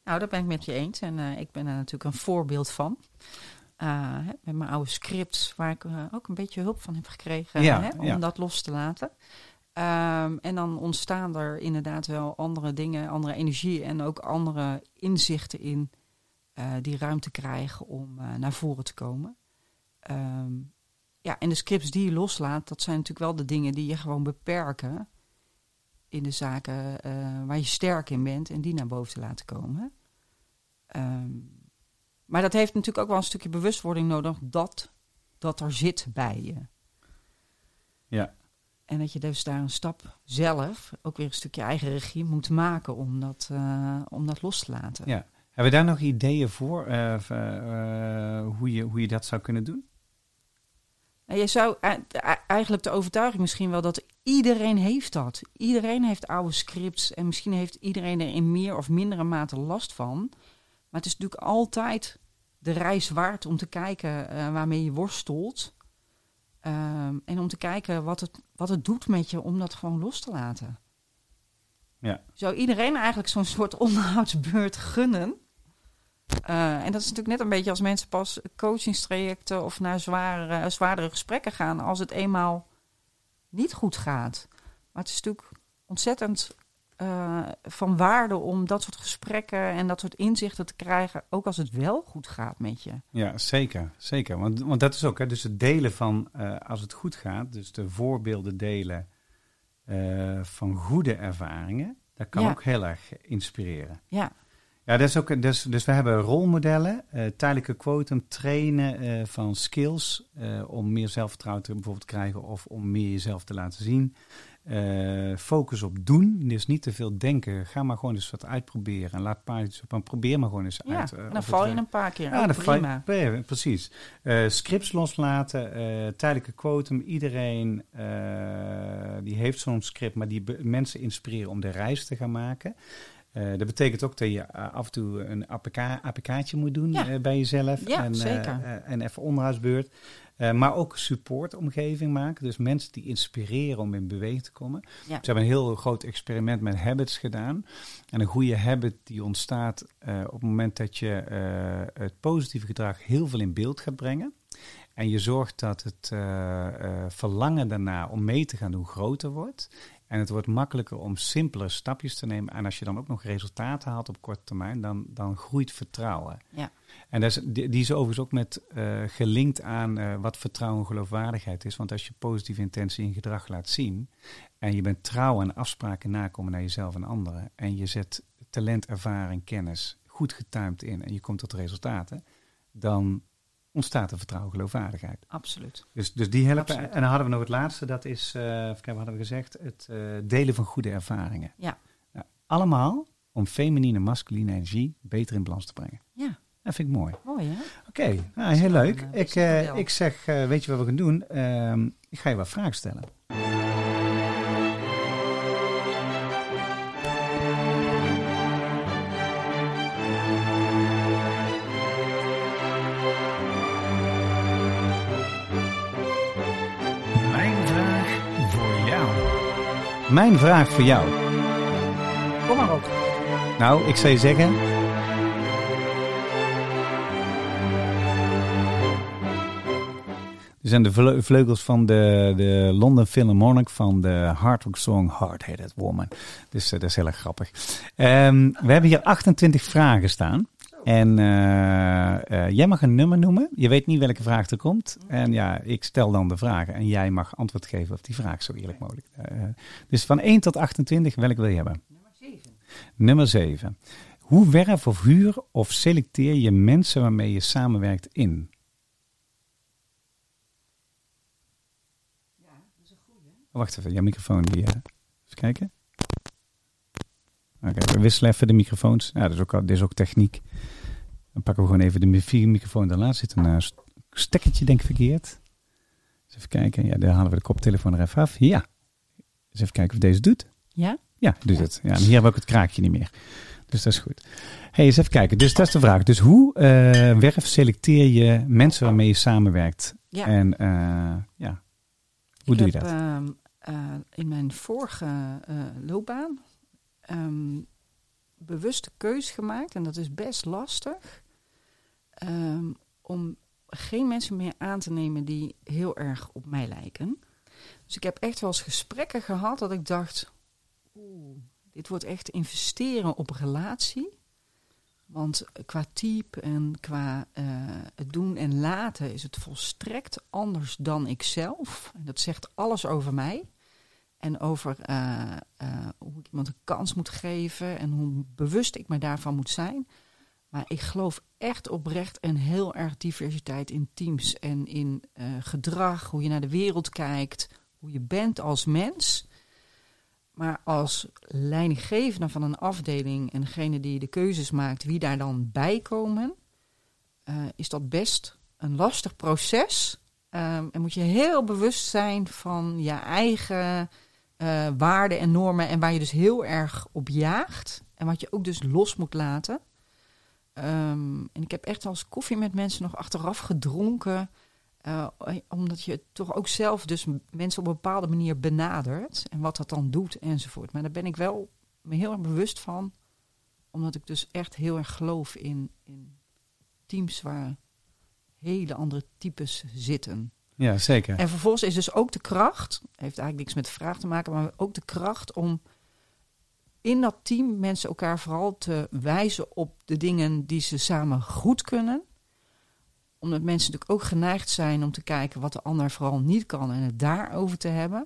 Nou, daar ben ik met je eens. En uh, ik ben er natuurlijk een voorbeeld van. Uh, met mijn oude scripts, waar ik uh, ook een beetje hulp van heb gekregen ja, hè, om ja. dat los te laten. Um, en dan ontstaan er inderdaad wel andere dingen, andere energie en ook andere inzichten in uh, die ruimte krijgen om uh, naar voren te komen. Um, ja, en de scripts die je loslaat, dat zijn natuurlijk wel de dingen die je gewoon beperken in de zaken uh, waar je sterk in bent en die naar boven te laten komen. Um, maar dat heeft natuurlijk ook wel een stukje bewustwording nodig dat dat er zit bij je. Ja. En dat je dus daar een stap zelf, ook weer een stukje eigen regie moet maken om dat, uh, om dat los te laten. Ja. Hebben we daar nog ideeën voor, uh, uh, uh, hoe, je, hoe je dat zou kunnen doen? Nou, je zou uh, eigenlijk de overtuiging misschien wel dat iedereen heeft dat. Iedereen heeft oude scripts en misschien heeft iedereen er in meer of mindere mate last van. Maar het is natuurlijk altijd de reis waard om te kijken uh, waarmee je worstelt. Um, en om te kijken wat het, wat het doet met je om dat gewoon los te laten. Ja. Zou iedereen eigenlijk zo'n soort onderhoudsbeurt gunnen? Uh, en dat is natuurlijk net een beetje als mensen pas coachingstrajecten of naar zware, zwaardere gesprekken gaan als het eenmaal niet goed gaat. Maar het is natuurlijk ontzettend uh, van waarde om dat soort gesprekken en dat soort inzichten te krijgen, ook als het wel goed gaat met je. Ja, zeker. zeker. Want, want dat is ook, hè, dus het delen van uh, als het goed gaat, dus de voorbeelden delen uh, van goede ervaringen, dat kan ja. ook heel erg inspireren. Ja. Ja, dat is ook, dus, dus we hebben rolmodellen, uh, tijdelijke quotum, trainen uh, van skills uh, om meer zelfvertrouwen te bijvoorbeeld krijgen of om meer jezelf te laten zien. Uh, focus op doen, dus niet te veel denken. Ga maar gewoon eens wat uitproberen en laat paardjes op en probeer maar gewoon eens ja, uit. Uh, en dan val je het, een paar keer. Ja, ook dan prima. val je, precies. Uh, scripts loslaten, uh, tijdelijke quotum. Iedereen uh, die heeft zo'n script, maar die be- mensen inspireren om de reis te gaan maken. Uh, dat betekent ook dat je uh, af en toe een A P K, A P K'tje moet doen ja. uh, bij jezelf. Ja, en, zeker. Uh, uh, en even onderhoudsbeurt. Uh, maar ook supportomgeving maken. Dus mensen die inspireren om in beweging te komen. Ja. Ze hebben een heel groot experiment met habits gedaan. En een goede habit die ontstaat uh, op het moment dat je uh, het positieve gedrag heel veel in beeld gaat brengen. En je zorgt dat het uh, uh, verlangen daarna om mee te gaan doen groter wordt. En het wordt makkelijker om simpele stapjes te nemen. En als je dan ook nog resultaten haalt op korte termijn, dan, dan groeit vertrouwen. Ja. En dat is, die, die is overigens ook met uh, gelinkt aan uh, wat vertrouwen en geloofwaardigheid is. Want als je positieve intentie in gedrag laat zien en je bent trouw aan afspraken nakomen naar jezelf en anderen. En je zet talent, ervaring, kennis goed getimed in en je komt tot resultaten. Dan ontstaat er vertrouwen en geloofwaardigheid. Absoluut. Dus, dus die helpen. Absoluut. En dan hadden we nog het laatste, dat is, uh, even kijken, wat hadden we gezegd? Het uh, delen van goede ervaringen. Ja. Nou, allemaal om feminine en masculine energie beter in balans te brengen. Ja. Dat vind ik mooi. Mooi, hè? Oké, okay, nou, heel leuk. Een, ik, uh, ik zeg, uh, weet je wat we gaan doen? Uh, ik ga je wat vragen stellen. Mijn vraag voor jou. Kom maar op. Nou, ik zou je zeggen. Dit zijn de vleugels van de, de London Philharmonic van de hard rock song Hard Headed Woman. Dus uh, dat is heel erg grappig. Um, we hebben hier achtentwintig vragen staan. En uh, uh, jij mag een nummer noemen. Je weet niet welke vraag er komt. En ja, ik stel dan de vragen. En jij mag antwoord geven op die vraag, zo eerlijk mogelijk. Uh, dus van één tot achtentwintig, welke wil je hebben? Nummer zeven. Nummer zeven. Hoe werf of huur of selecteer je mensen waarmee je samenwerkt in? Ja, dat is een goeie. Oh, wacht even, jouw microfoon. Die, uh, even kijken. Oké, okay, we wisselen even de microfoons. Ja, dat is ook, dit is ook techniek. Dan pakken we gewoon even de vier microfoon. Daarnaast zit een uh, stekkertje, denk ik, verkeerd. Dus even kijken. Ja, daar halen we de koptelefoon er even af. Ja. Dus even kijken of deze doet. Ja? Ja, doet het. Ja, en hier hebben we ook het kraakje niet meer. Dus dat is goed. Hey, eens even kijken. Dus dat is de vraag. Dus hoe uh, werf selecteer je mensen waarmee je samenwerkt? Ja. En uh, ja, hoe ik doe je heb, dat? Uh, uh, in mijn vorige uh, loopbaan Um, bewuste keuze gemaakt, en dat is best lastig, um, om geen mensen meer aan te nemen die heel erg op mij lijken. Dus ik heb echt wel eens gesprekken gehad dat ik dacht, oeh, dit wordt echt investeren op relatie. Want qua type en qua uh, het doen en laten is het volstrekt anders dan ikzelf. En dat zegt alles over mij. En over uh, uh, hoe ik iemand een kans moet geven en hoe bewust ik me daarvan moet zijn. Maar ik geloof echt oprecht en heel erg diversiteit in teams en in uh, gedrag, hoe je naar de wereld kijkt, hoe je bent als mens. Maar als leidinggevende van een afdeling en degene die de keuzes maakt, wie daar dan bij komen, uh, is dat best een lastig proces. Um, en moet je heel bewust zijn van je eigen uh, waarden en normen en waar je dus heel erg op jaagt. En wat je ook dus los moet laten. Um, en ik heb echt als koffie met mensen nog achteraf gedronken. Uh, omdat je toch ook zelf dus mensen op een bepaalde manier benadert. En wat dat dan doet enzovoort. Maar daar ben ik wel me heel erg bewust van. Omdat ik dus echt heel erg geloof in, in teams waar hele andere types zitten. Ja, zeker. En vervolgens is dus ook de kracht, heeft eigenlijk niks met de vraag te maken, maar ook de kracht om in dat team mensen elkaar vooral te wijzen op de dingen die ze samen goed kunnen. Omdat mensen natuurlijk ook geneigd zijn om te kijken wat de ander vooral niet kan en het daarover te hebben.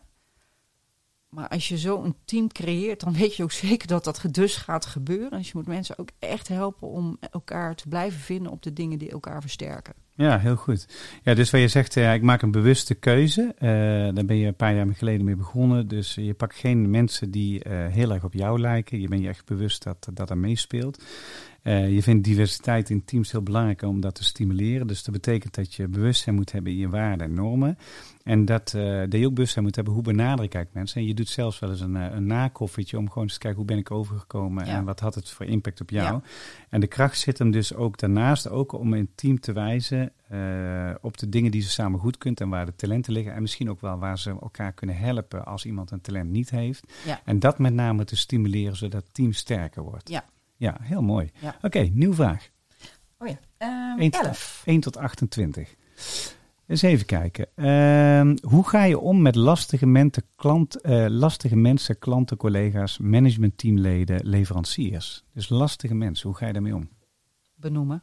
Maar als je zo een team creëert, dan weet je ook zeker dat dat dus gaat gebeuren. Dus je moet mensen ook echt helpen om elkaar te blijven vinden op de dingen die elkaar versterken. Ja, heel goed. Ja, dus wat je zegt, ja, ik maak een bewuste keuze. Uh, daar ben je een paar jaar geleden mee begonnen. Dus je pakt geen mensen die uh, heel erg op jou lijken. Je bent je echt bewust dat dat er meespeelt. Uh, je vindt diversiteit in teams heel belangrijk om dat te stimuleren. Dus dat betekent dat je bewustzijn moet hebben in je waarden en normen. En dat, uh, dat je ook bewustzijn moet hebben hoe benader ik eigenlijk mensen. En je doet zelfs wel eens een, een nakoffietje om gewoon eens te kijken hoe ben ik overgekomen ja. en wat had het voor impact op jou. Ja. En de kracht zit hem dus ook daarnaast ook om een team te wijzen uh, op de dingen die ze samen goed kunt en waar de talenten liggen. En misschien ook wel waar ze elkaar kunnen helpen als iemand een talent niet heeft. Ja. En dat met name te stimuleren zodat het team sterker wordt. Ja. Ja, heel mooi. Ja. Oké, okay, nieuwe vraag. Oh ja, um, één elf. één tot achtentwintig. Eens even kijken. Uh, hoe ga je om met lastige, mente, klant, uh, lastige mensen, klanten, collega's, managementteamleden, leveranciers? Dus lastige mensen, hoe ga je daarmee om? Benoemen.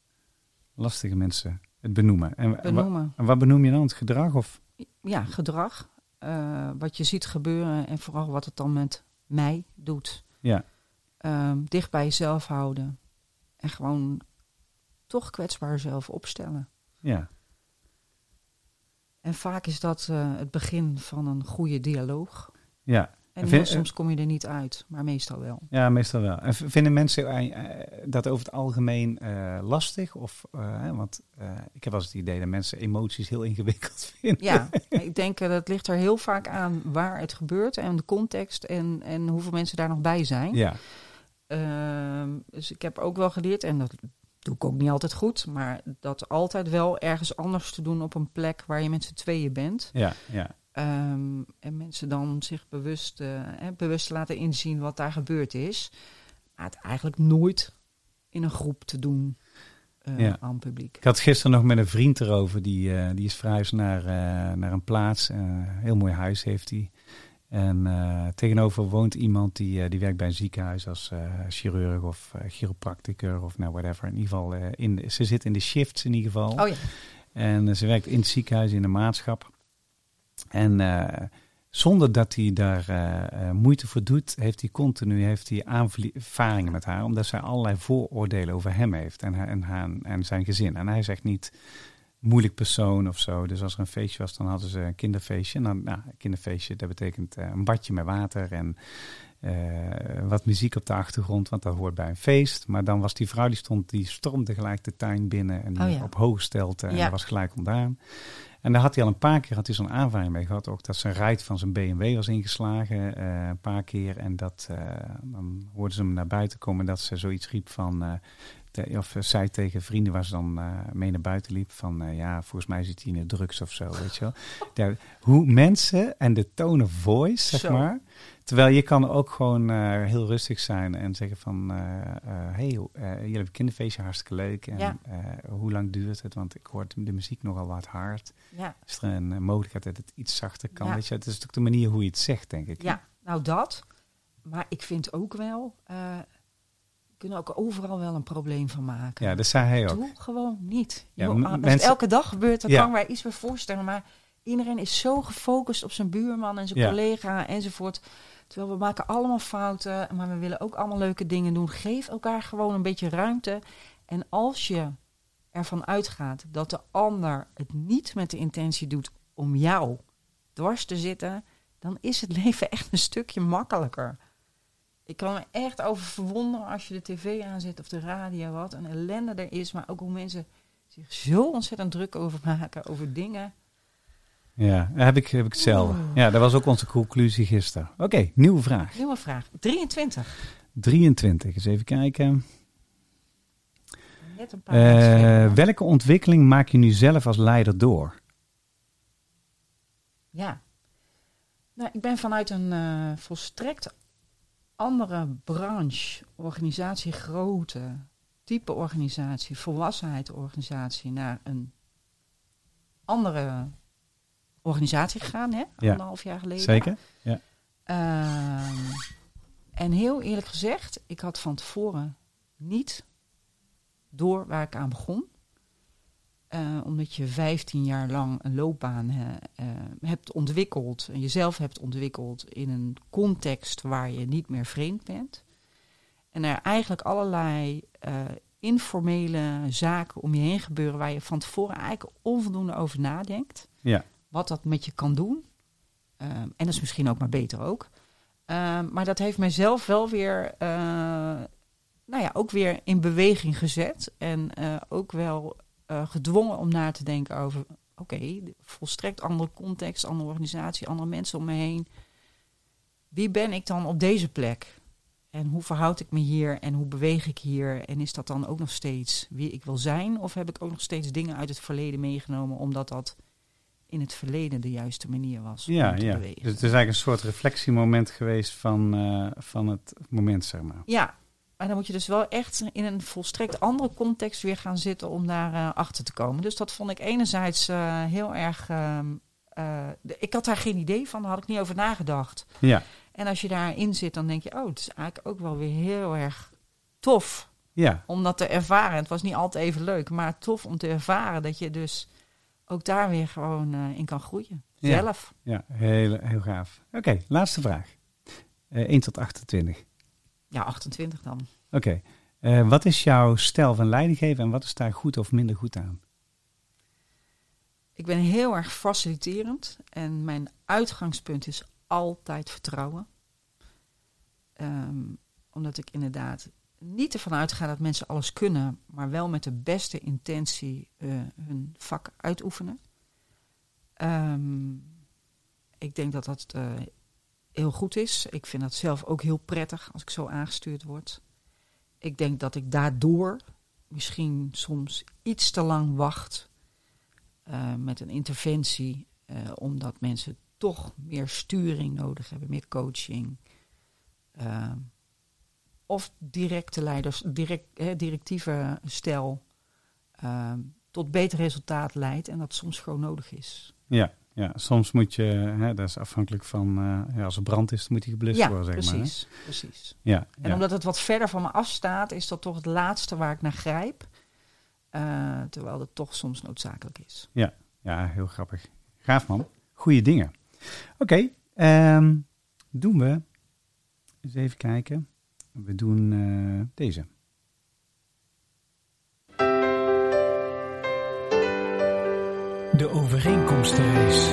Lastige mensen, het benoemen. En, benoemen. Wa- en wat benoem je dan? Het gedrag? Of? Ja, gedrag. Uh, wat je ziet gebeuren en vooral wat het dan met mij doet. Ja. Um, dicht bij jezelf houden. En gewoon toch kwetsbaar zelf opstellen. Ja. En vaak is dat uh, het begin van een goede dialoog. Ja. En heel soms kom je er niet uit, maar meestal wel. Ja, meestal wel. En vinden mensen uh, dat over het algemeen uh, lastig? Of, uh, want uh, ik heb wel eens het idee dat mensen emoties heel ingewikkeld vinden. Ja, ik denk dat uh, het ligt er heel vaak aan waar het gebeurt en de context en, en hoeveel mensen daar nog bij zijn. Ja. Uh, dus ik heb ook wel geleerd, en dat doe ik ook niet altijd goed, maar dat altijd wel ergens anders te doen op een plek waar je met z'n tweeën bent. Ja, ja. Um, en mensen dan zich bewust, uh, hè, bewust laten inzien wat daar gebeurd is. Maar het eigenlijk nooit in een groep te doen uh, ja. aan het publiek. Ik had gisteren nog met een vriend erover, die, uh, die is verhuisd naar, uh, naar een plaats. Uh, een heel mooi huis heeft hij. En uh, tegenover woont iemand die, uh, die werkt bij een ziekenhuis als uh, chirurg of uh, chiropracticus of nou whatever. In ieder geval, uh, in de, ze zit in de shifts in ieder geval. Oh ja. En uh, ze werkt in het ziekenhuis in de maatschap. En uh, zonder dat hij daar uh, uh, moeite voor doet, heeft hij continu heeft hij aanvaringen met haar. Omdat zij allerlei vooroordelen over hem heeft en, en, haar, en zijn gezin. En hij zegt niet moeilijk persoon of zo. Dus als er een feestje was, dan hadden ze een kinderfeestje. En dan, nou, een kinderfeestje, dat betekent uh, een badje met water en uh, wat muziek op de achtergrond, want dat hoort bij een feest. Maar dan was die vrouw, die stond, die stormde gelijk de tuin binnen en oh, ja. op hoog stelte en ja. dat was gelijk ontdaan. En daar had hij al een paar keer had hij zo'n aanvaring mee gehad. Ook dat zijn ruit van zijn B M W was ingeslagen uh, een paar keer. En dat, uh, dan hoorden ze hem naar buiten komen dat ze zoiets riep van... Uh, te, of uh, zei tegen vrienden waar ze dan uh, mee naar buiten liep van uh, ja, volgens mij zit hij in de drugs of zo, weet je wel. Daar, hoe mensen en de tone of voice, zeg zo. maar. Terwijl je kan ook gewoon uh, heel rustig zijn en zeggen van uh, uh, hey, uh, jullie hebben een kinderfeestje, hartstikke leuk. En ja. uh, hoe lang duurt het? Want ik hoor de muziek nogal wat hard. Ja. Is er een uh, mogelijkheid dat het iets zachter kan? Ja. Weet je? Het is natuurlijk de manier hoe je het zegt, denk ik. Ja, nou dat. Maar ik vind ook wel, uh, we kunnen ook overal wel een probleem van maken. Ja, dat zei hij ook. Doe gewoon niet. Ja, Yo, m- als mensen... het elke dag gebeurt, dan ja. kan ik mij iets meer voorstellen. Maar iedereen is zo gefocust op zijn buurman en zijn ja. collega enzovoort. Terwijl we maken allemaal fouten, maar we willen ook allemaal leuke dingen doen. Geef elkaar gewoon een beetje ruimte. En als je ervan uitgaat dat de ander het niet met de intentie doet om jou dwars te zitten, dan is het leven echt een stukje makkelijker. Ik kan me echt over verwonderen als je de tv aanzet of de radio, wat een ellende er is. Maar ook hoe mensen zich zo ontzettend druk over maken, over dingen. Ja, heb ik, heb ik hetzelfde. Oeh. Ja, dat was ook onze conclusie gisteren. Oké, okay, nieuwe vraag. Nieuwe vraag. drieëntwintig. drieëntwintig, eens even kijken. Net een paar uh, welke ontwikkeling maak je nu zelf als leider door? Ja. Nou, ik ben vanuit een uh, volstrekt andere branche, organisatie, grootte, type organisatie, volwassenheidsorganisatie, naar een andere organisatie gegaan, hè? Ja. Anderhalf jaar geleden. Zeker, ja. Uh, en heel eerlijk gezegd, ik had van tevoren niet door waar ik aan begon. Uh, omdat je vijftien jaar lang een loopbaan uh, uh, hebt ontwikkeld, en jezelf hebt ontwikkeld in een context waar je niet meer vreemd bent. En er eigenlijk allerlei uh, informele zaken om je heen gebeuren waar je van tevoren eigenlijk onvoldoende over nadenkt. Ja. Wat dat met je kan doen. Uh, en dat is misschien ook maar beter ook. Uh, maar dat heeft mijzelf wel weer, uh, nou ja, ook weer in beweging gezet. En uh, ook wel uh, gedwongen om na te denken over, oké, okay, volstrekt andere context, andere organisatie, andere mensen om me heen. Wie ben ik dan op deze plek? En hoe verhoud ik me hier en hoe beweeg ik hier? En is dat dan ook nog steeds wie ik wil zijn? Of heb ik ook nog steeds dingen uit het verleden meegenomen, omdat dat in het verleden de juiste manier was ja, om te ja. bewegen? Dus het is eigenlijk een soort reflectiemoment geweest van, uh, van het moment, zeg maar. Ja, maar dan moet je dus wel echt in een volstrekt andere context weer gaan zitten om daar uh, achter te komen. Dus dat vond ik enerzijds uh, heel erg... Uh, uh, de, ik had daar geen idee van, daar had ik niet over nagedacht. Ja. En als je daarin zit, dan denk je, oh, het is eigenlijk ook wel weer heel erg tof ja. om dat te ervaren. Het was niet altijd even leuk, maar tof om te ervaren dat je dus ook daar weer gewoon uh, in kan groeien. Ja. Zelf. Ja, heel, heel gaaf. Oké, okay, laatste vraag. Uh, één tot achtentwintig. Ja, achtentwintig dan. Oké. Okay. Uh, wat is jouw stijl van leidinggeven en wat is daar goed of minder goed aan? Ik ben heel erg faciliterend en mijn uitgangspunt is altijd vertrouwen. Um, omdat ik inderdaad niet ervan uitga dat mensen alles kunnen, maar wel met de beste intentie uh, hun vak uitoefenen. Um, ik denk dat dat uh, heel goed is. Ik vind dat zelf ook heel prettig als ik zo aangestuurd word. Ik denk dat ik daardoor misschien soms iets te lang wacht uh, met een interventie, uh, omdat mensen toch meer sturing nodig hebben, meer coaching. Uh, of directe leiders, direct, hè, directieve stijl uh, tot beter resultaat leidt en dat soms gewoon nodig is. Ja, ja soms moet je, hè, dat is afhankelijk van, uh, ja, als er brand is, dan moet die geblust ja, worden, zeg precies, maar. precies, precies. Ja, en ja. omdat het wat verder van me afstaat, is dat toch het laatste waar ik naar grijp. Uh, terwijl dat toch soms noodzakelijk is. Ja, ja, heel grappig. Gaaf man. Goeie dingen. Oké, okay, um, doen we. Eens even kijken. We doen uh, deze. De overeenkomstenreis.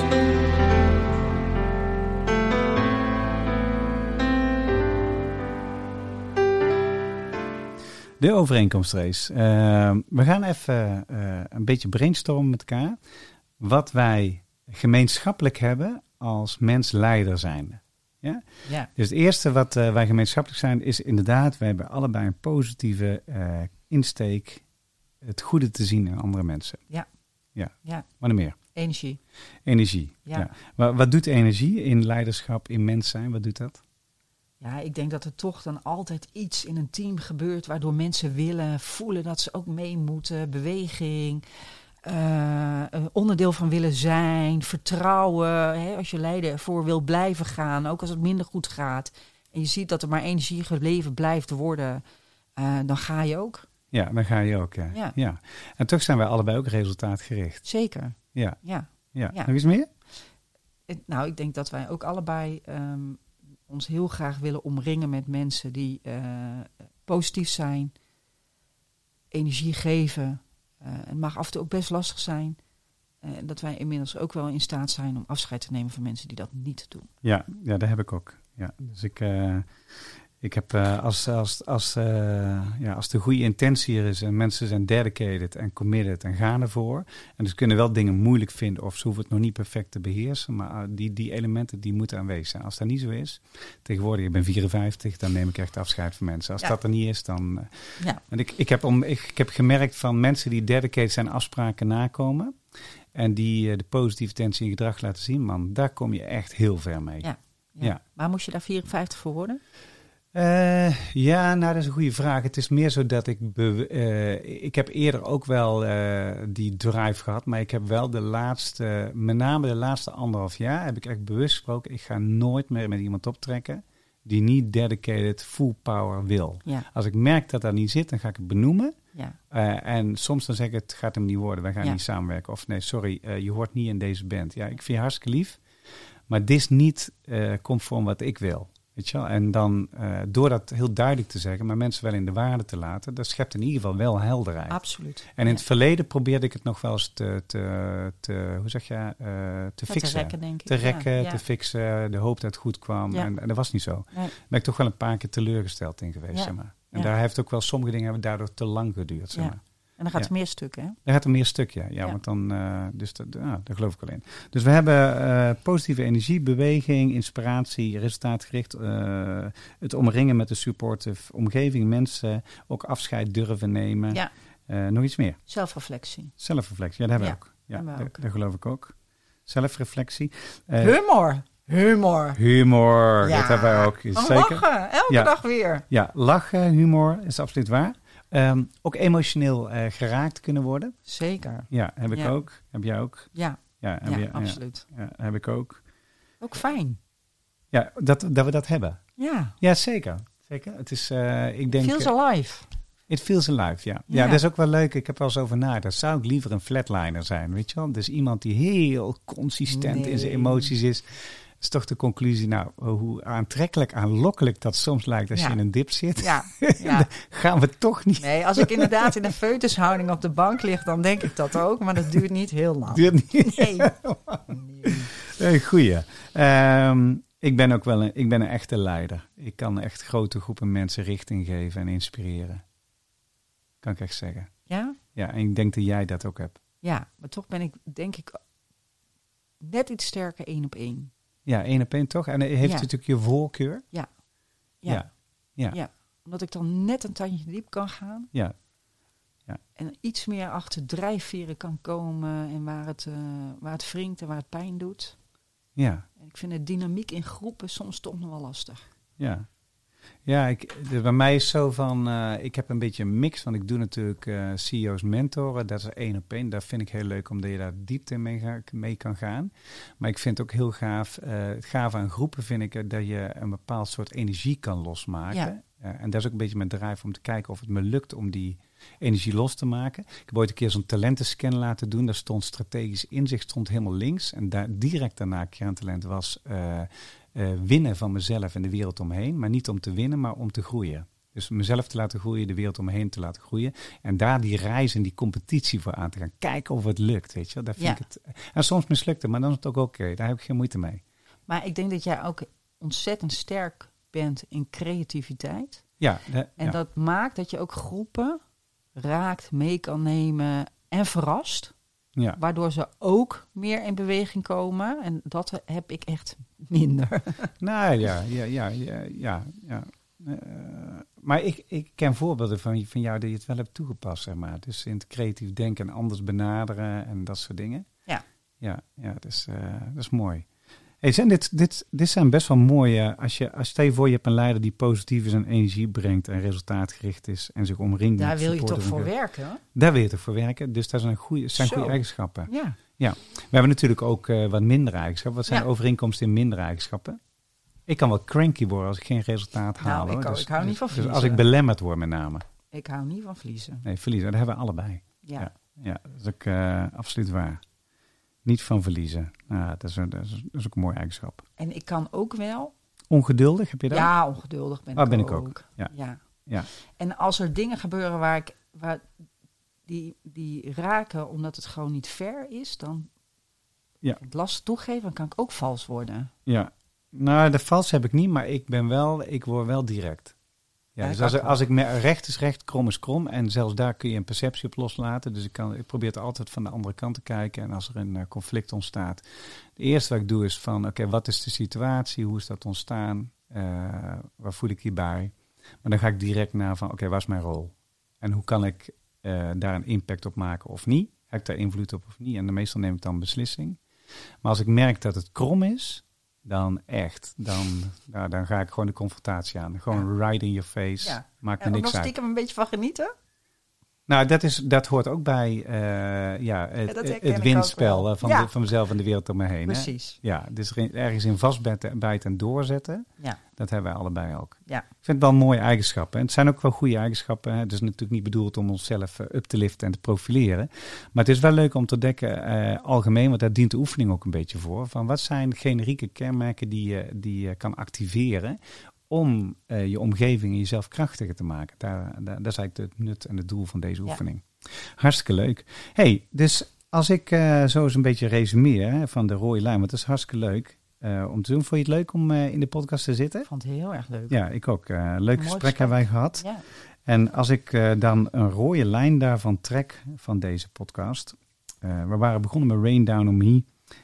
De overeenkomstrace. Uh, we gaan even uh, een beetje brainstormen met elkaar. Wat wij gemeenschappelijk hebben als mens-leider zijn. Ja? Ja. Dus het eerste wat uh, wij gemeenschappelijk zijn is inderdaad, wij hebben allebei een positieve uh, insteek het goede te zien in andere mensen. Ja. Ja. ja. Wat nog meer? Energie. Energie. Ja. Ja. Wat, wat doet energie in leiderschap, in mens zijn? Wat doet dat? Ja, ik denk dat er toch dan altijd iets in een team gebeurt waardoor mensen willen voelen dat ze ook mee moeten. Beweging, uh, een onderdeel van willen zijn, vertrouwen. Hè, als je leider ervoor wil blijven gaan, ook als het minder goed gaat. En je ziet dat er maar energie geleven blijft worden, uh, dan ga je ook. Ja, dan ga je ook. Ja. Ja. Ja. En toch zijn wij allebei ook resultaatgericht. Zeker. Ja. Ja. Ja. Ja. Nog iets meer? Het, nou, ik denk dat wij ook allebei um, ons heel graag willen omringen met mensen die uh, positief zijn, energie geven. Uh, het mag af en toe ook best lastig zijn. En uh, dat wij inmiddels ook wel in staat zijn om afscheid te nemen van mensen die dat niet doen. Ja, ja, dat heb ik ook. Ja, dus ik, uh, ik heb uh, als, als, als, uh, ja, als de goede intentie er is en mensen zijn dedicated en committed en gaan ervoor. En dus kunnen wel dingen moeilijk vinden of ze hoeven het nog niet perfect te beheersen. Maar die, die elementen die moeten aanwezig zijn. Als dat niet zo is, tegenwoordig, ik ben vierenvijftig, dan neem ik echt afscheid van mensen. Als ja. dat er niet is, dan... Uh, ja. En ik, ik, heb om, ik, ik heb gemerkt van mensen die dedicated zijn afspraken nakomen. En die uh, de positieve intentie in gedrag laten zien, man, daar kom je echt heel ver mee. Ja. Ja. Ja. Maar moest je daar vierenvijftig voor worden? Uh, ja, nou dat is een goede vraag. Het is meer zo dat ik... Be- uh, ik heb eerder ook wel uh, die drive gehad. Maar ik heb wel de laatste... Met name de laatste anderhalf jaar heb ik echt bewust gesproken. Ik ga nooit meer met iemand optrekken die niet dedicated full power wil. Ja. Als ik merk dat dat niet zit, dan ga ik het benoemen. Ja. Uh, en soms dan zeg ik, het gaat hem niet worden. Wij gaan ja. niet samenwerken. Of nee, sorry, uh, je hoort niet in deze band. Ja, ik vind je hartstikke lief. Maar dit is niet uh, conform wat ik wil. Weet je wel? En dan, uh, door dat heel duidelijk te zeggen, maar mensen wel in de waarde te laten, dat schept in ieder geval wel helderheid. Absoluut. En in ja. het verleden probeerde ik het nog wel eens te, te, te hoe zeg je, uh, te ja, fixen. Te rekken, denk ik. Te rekken, ja, ja. te fixen, de hoop dat het goed kwam. Ja. En, en dat was niet zo. Nee. Daar ben ik toch wel een paar keer teleurgesteld in geweest. Ja. Zeg maar. En Ja. daar heeft ook wel sommige dingen hebben daardoor te lang geduurd. Zeg Ja. maar. En dan gaat Ja. er meer stukken, hè? Er gaat er meer stuk, ja. ja, Ja. Want dan, uh, dus dat, ja, daar geloof ik wel in. Dus we hebben uh, positieve energie, beweging, inspiratie, resultaatgericht. Uh, het omringen met een supportive omgeving, mensen ook afscheid durven nemen. Ja. Uh, nog iets meer? Zelfreflectie. Zelfreflectie, ja, dat hebben Ja, we ook. Ja, hebben we dat, ook. dat geloof ik ook. Zelfreflectie. Uh, Humor. Humor. Humor, Ja. dat hebben wij ook. Oh, Zeker. lachen. Elke Ja. dag weer. Ja, lachen, humor is absoluut waar. Um, ook emotioneel uh, geraakt kunnen worden. Zeker. Ja, heb ik Ja. ook. Heb jij ook? Ja, Ja, heb ja, je, absoluut. Ja, ja, heb ik ook. Ook fijn. Ja, dat, dat we dat hebben. Ja. Ja, zeker. Zeker. Het is, uh, ik denk... Feels alive. It feels alive, ja. ja. Ja. Ja, dat is ook wel leuk. Ik heb wel eens over nagedacht. Zou ik liever een flatliner zijn, weet je wel? Dus iemand die heel consistent Nee. in zijn emoties is. Dat is toch de conclusie, nou, hoe aantrekkelijk, aanlokkelijk dat soms lijkt als Ja. je in een dip zit. Ja. ja. Gaan we toch niet... Nee, als ik inderdaad in een foetushouding op de bank lig, dan denk ik dat ook. Maar dat duurt niet heel lang. Duurt niet. Nee. nee. Hey, goeie. Um, ik ben ook wel een, ik ben een echte leider. Ik kan echt grote groepen mensen richting geven en inspireren. Kan ik echt zeggen. Ja? Ja, en ik denk dat jij dat ook hebt. Ja, maar toch ben ik, denk ik, net iets sterker één op één. Ja, één op één toch? En heeft Ja. natuurlijk je voorkeur? Ja. Ja. Ja. Ja. Ja. Omdat ik dan net een tandje diep kan gaan. Ja. En iets meer achter drijfveren kan komen. En waar het, uh, waar het wringt en waar het pijn doet. Ja. En ik vind de dynamiek in groepen soms toch nog wel lastig. Ja. Ja, ik, de, bij mij is zo van, uh, ik heb een beetje een mix, want ik doe natuurlijk uh, C E O's mentoren, dat is één op één. Dat vind ik heel leuk, omdat je daar diepte mee, ga, mee kan gaan. Maar ik vind het ook heel gaaf, uh, het gaaf aan groepen vind ik uh, dat je een bepaald soort energie kan losmaken. Ja. Uh, en dat is ook een beetje mijn drive om te kijken of het me lukt om die energie los te maken. Ik heb ooit een keer zo'n talentenscan laten doen, daar stond strategisch inzicht, stond helemaal links. En daar, direct daarna, kerntalent was... Uh, Uh, winnen van mezelf en de wereld omheen. Maar niet om te winnen, maar om te groeien. Dus mezelf te laten groeien, de wereld omheen te laten groeien. En daar die reis en die competitie voor aan te gaan. Kijken of het lukt, weet je wel. Daar vind Ja. ik het, en soms mislukt het, maar dan is het ook oké. Okay. Daar heb ik geen moeite mee. Maar ik denk dat jij ook ontzettend sterk bent in creativiteit. Ja, de, En ja. dat maakt dat je ook groepen raakt, mee kan nemen en verrast. Ja. Waardoor ze ook meer in beweging komen. En dat heb ik echt minder. Nou ja, ja, ja, ja, ja. ja. Uh, Maar ik, ik ken voorbeelden van, van jou dat je het wel hebt toegepast, zeg maar. Dus in het creatief denken en anders benaderen en dat soort dingen. Ja. Ja, ja dat, is, uh, dat is mooi. Hey, zijn dit, dit, dit zijn best wel mooie, als je, als stel je voor je hebt een leider die positief is en energie brengt en resultaatgericht is en zich omringt. Daar met wil je toch voor ge- werken? Hè? Daar wil je toch voor werken. Dus dat zijn goede, zijn Zo. goede eigenschappen. Ja. Ja. We hebben natuurlijk ook uh, wat minder eigenschappen. Wat zijn Ja. de overeenkomsten in minder eigenschappen? Ik kan wel cranky worden als ik geen resultaat haal. Nou, ik, hoor. hou- Dus- ik hou niet dus- van Dus verliezen. als ik belemmerd word met name. Ik hou niet van verliezen. Nee, verliezen, dat hebben we allebei. Ja. Ja. Ja, dat is ook uh, absoluut waar. Niet van verliezen. Nou, dat, is, dat, is, dat is ook een mooie eigenschap. En ik kan ook wel... Ongeduldig, heb je dat? Ja, ongeduldig ben Ah, ik ben ook. ik ook. Ja. Ja. Ja. En als er dingen gebeuren waar ik... Waar die, die raken omdat het gewoon niet fair is, dan... Ja. Het lastig toegeven, dan kan ik ook vals worden. Ja. Nou, de vals heb ik niet, maar ik ben wel, ik word wel direct. Ja, Ja, dus ik als, ook ik- als ik me recht is recht, krom is krom. En zelfs daar kun je een perceptie op loslaten. Dus ik, kan, ik probeer het altijd van de andere kant te kijken. En als er een uh, conflict ontstaat. Het eerste wat ik doe is van, oké, okay, wat is de situatie? Hoe is dat ontstaan? Uh, waar voel ik hierbij? Maar dan ga ik direct naar van, oké, okay, waar is mijn rol? En hoe kan ik uh, daar een impact op maken of niet? Heb ik daar invloed op of niet? En dan meestal neem ik dan een beslissing. Maar als ik merk dat het krom is, dan echt, dan, nou, dan ga ik gewoon de confrontatie aan. Gewoon ja. right in your face, Ja. maakt me En niks nog uit. stiekem een beetje van genieten? Nou, dat, is, dat hoort ook bij uh, ja, het, Ja, dat herken het ik winstspel ook wel. uh, van, Ja. de, van mezelf en de wereld om me heen. Precies. Hè? Ja, dus er ergens in vastbijten bijten en doorzetten. Ja. Dat hebben wij allebei ook. Ja. Ik vind het wel mooie eigenschappen. En het zijn ook wel goede eigenschappen. Hè? Het is natuurlijk niet bedoeld om onszelf uh, up te liften en te profileren. Maar het is wel leuk om te dekken uh, algemeen, want daar dient de oefening ook een beetje voor. Van wat zijn generieke kenmerken die je die je kan activeren om uh, je omgeving en jezelf krachtiger te maken. Daar, daar, dat is eigenlijk het nut en het doel van deze Ja. oefening. Hartstikke leuk. Hey, dus als ik uh, zo eens een beetje resumeer hè, van de rode lijn, want dat is hartstikke leuk uh, om te doen. Vond je het leuk om uh, in de podcast te zitten? Ik vond het heel erg leuk. Ja, ik ook. Uh, leuk Mooi gesprek gesprek. hebben wij gehad. Ja. En als ik uh, dan een rode lijn daarvan trek van deze podcast. Uh, we waren begonnen met Rain Down on Me. Uh,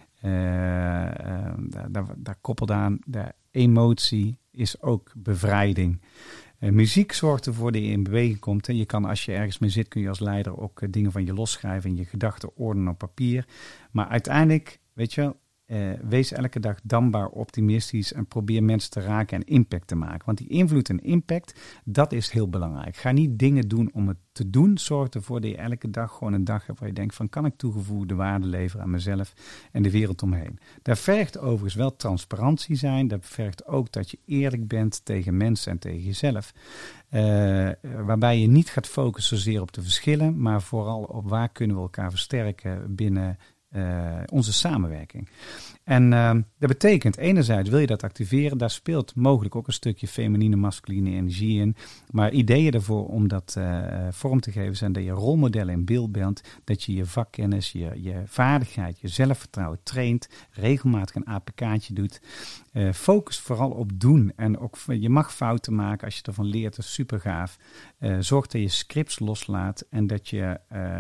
uh, daar, daar, daar koppelt aan de emotie is ook bevrijding. Uh, muziek zorgt ervoor dat je in beweging komt. En je kan, als je ergens mee zit, kun je als leider ook uh, dingen van je losschrijven en je gedachten ordenen op papier. Maar uiteindelijk, weet je wel, uh, wees elke dag dankbaar, optimistisch en probeer mensen te raken en impact te maken. Want die invloed en impact, dat is heel belangrijk. Ga niet dingen doen om het te doen. Zorg ervoor dat je elke dag gewoon een dag hebt waar je denkt van, kan ik toegevoegde waarde leveren aan mezelf en de wereld omheen. Daar vergt overigens wel transparantie zijn. Dat vergt ook dat je eerlijk bent tegen mensen en tegen jezelf. Uh, waarbij je niet gaat focussen zozeer op de verschillen, maar vooral op waar kunnen we elkaar versterken binnen Uh, onze samenwerking. En uh, dat betekent, enerzijds wil je dat activeren, daar speelt mogelijk ook een stukje feminine, masculine energie in. Maar ideeën daarvoor om dat uh, vorm te geven zijn dat je rolmodellen in beeld bent, dat je je vakkennis, je, je vaardigheid, je zelfvertrouwen traint, regelmatig een A P K'tje doet. Uh, focus vooral op doen en ook je mag fouten maken als je ervan leert, dat is super gaaf. Uh, zorg dat je scripts loslaat en dat je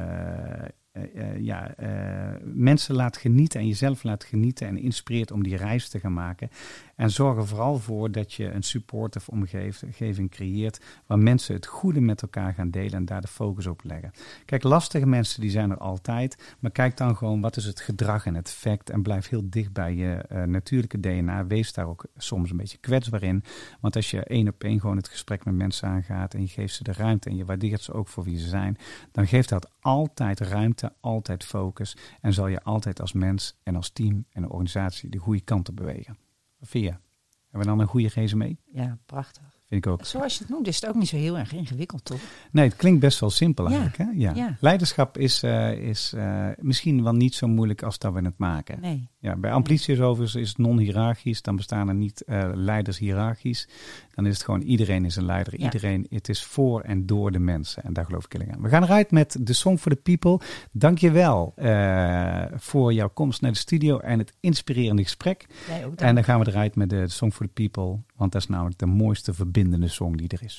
uh, Uh, uh, ja, uh, mensen laat genieten en jezelf laat genieten en inspireert om die reis te gaan maken. En zorg er vooral voor dat je een supportive omgeving creëert waar mensen het goede met elkaar gaan delen en daar de focus op leggen. Kijk, lastige mensen die zijn er altijd, maar kijk dan gewoon wat is het gedrag en het effect en blijf heel dicht bij je uh, natuurlijke D N A. Wees daar ook soms een beetje kwetsbaar in, want als je één op één gewoon het gesprek met mensen aangaat en je geeft ze de ruimte en je waardeert ze ook voor wie ze zijn, dan geeft dat altijd ruimte, altijd focus en zal je altijd als mens en als team en organisatie de goede kant op bewegen. Wat vind je? Hebben we dan een goede resume? Ja, prachtig. Vind ik ook. Zoals je het noemt, is het ook niet zo heel erg ingewikkeld, toch? Nee, het klinkt best wel simpel Ja. eigenlijk. Hè? Ja. Ja. Leiderschap is, uh, is uh, misschien wel niet zo moeilijk als dat we het maken. Nee. Ja, bij Amplitius overigens is het non-hierarchisch. Dan bestaan er niet uh, leiders hierarchisch. Dan is het gewoon iedereen is een leider. Ja. Iedereen, het is voor en door de mensen. En daar geloof ik heel erg aan. We gaan eruit met The Song for the People. Dank je wel uh, voor jouw komst naar de studio en het inspirerende gesprek. Jij ook, dank. En dan gaan we eruit met de Song for the People. Want dat is namelijk de mooiste verbindende song die er is.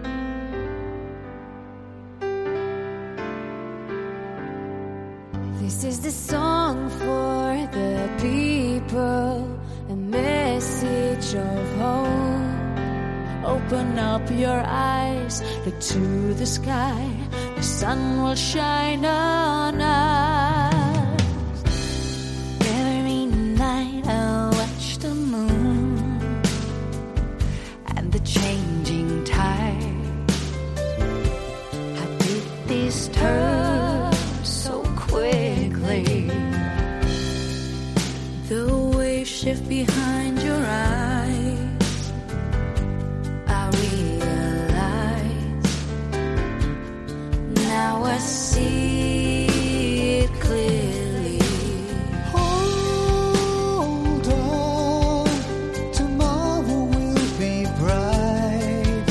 They This is the song for the people, a message of hope. Open up your eyes, look to the sky, the sun will shine on us. Every night I watch the moon and the changing tide. How did this turn so quickly? The waves shift behind your eyes. I realize now I see it clearly. Hold on, tomorrow will be bright.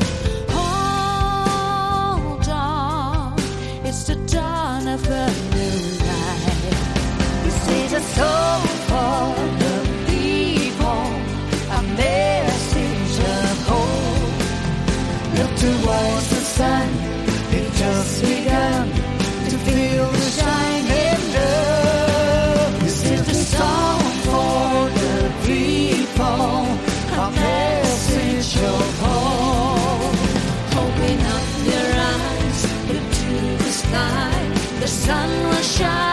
Hold on, it's the dawn of a new life. This is a song for the people, a message of hope. Look towards the sun, it just begun to feel the shining love. This is the song for the people, a message of hope. Open up your eyes, look to the sky, the sun will shine.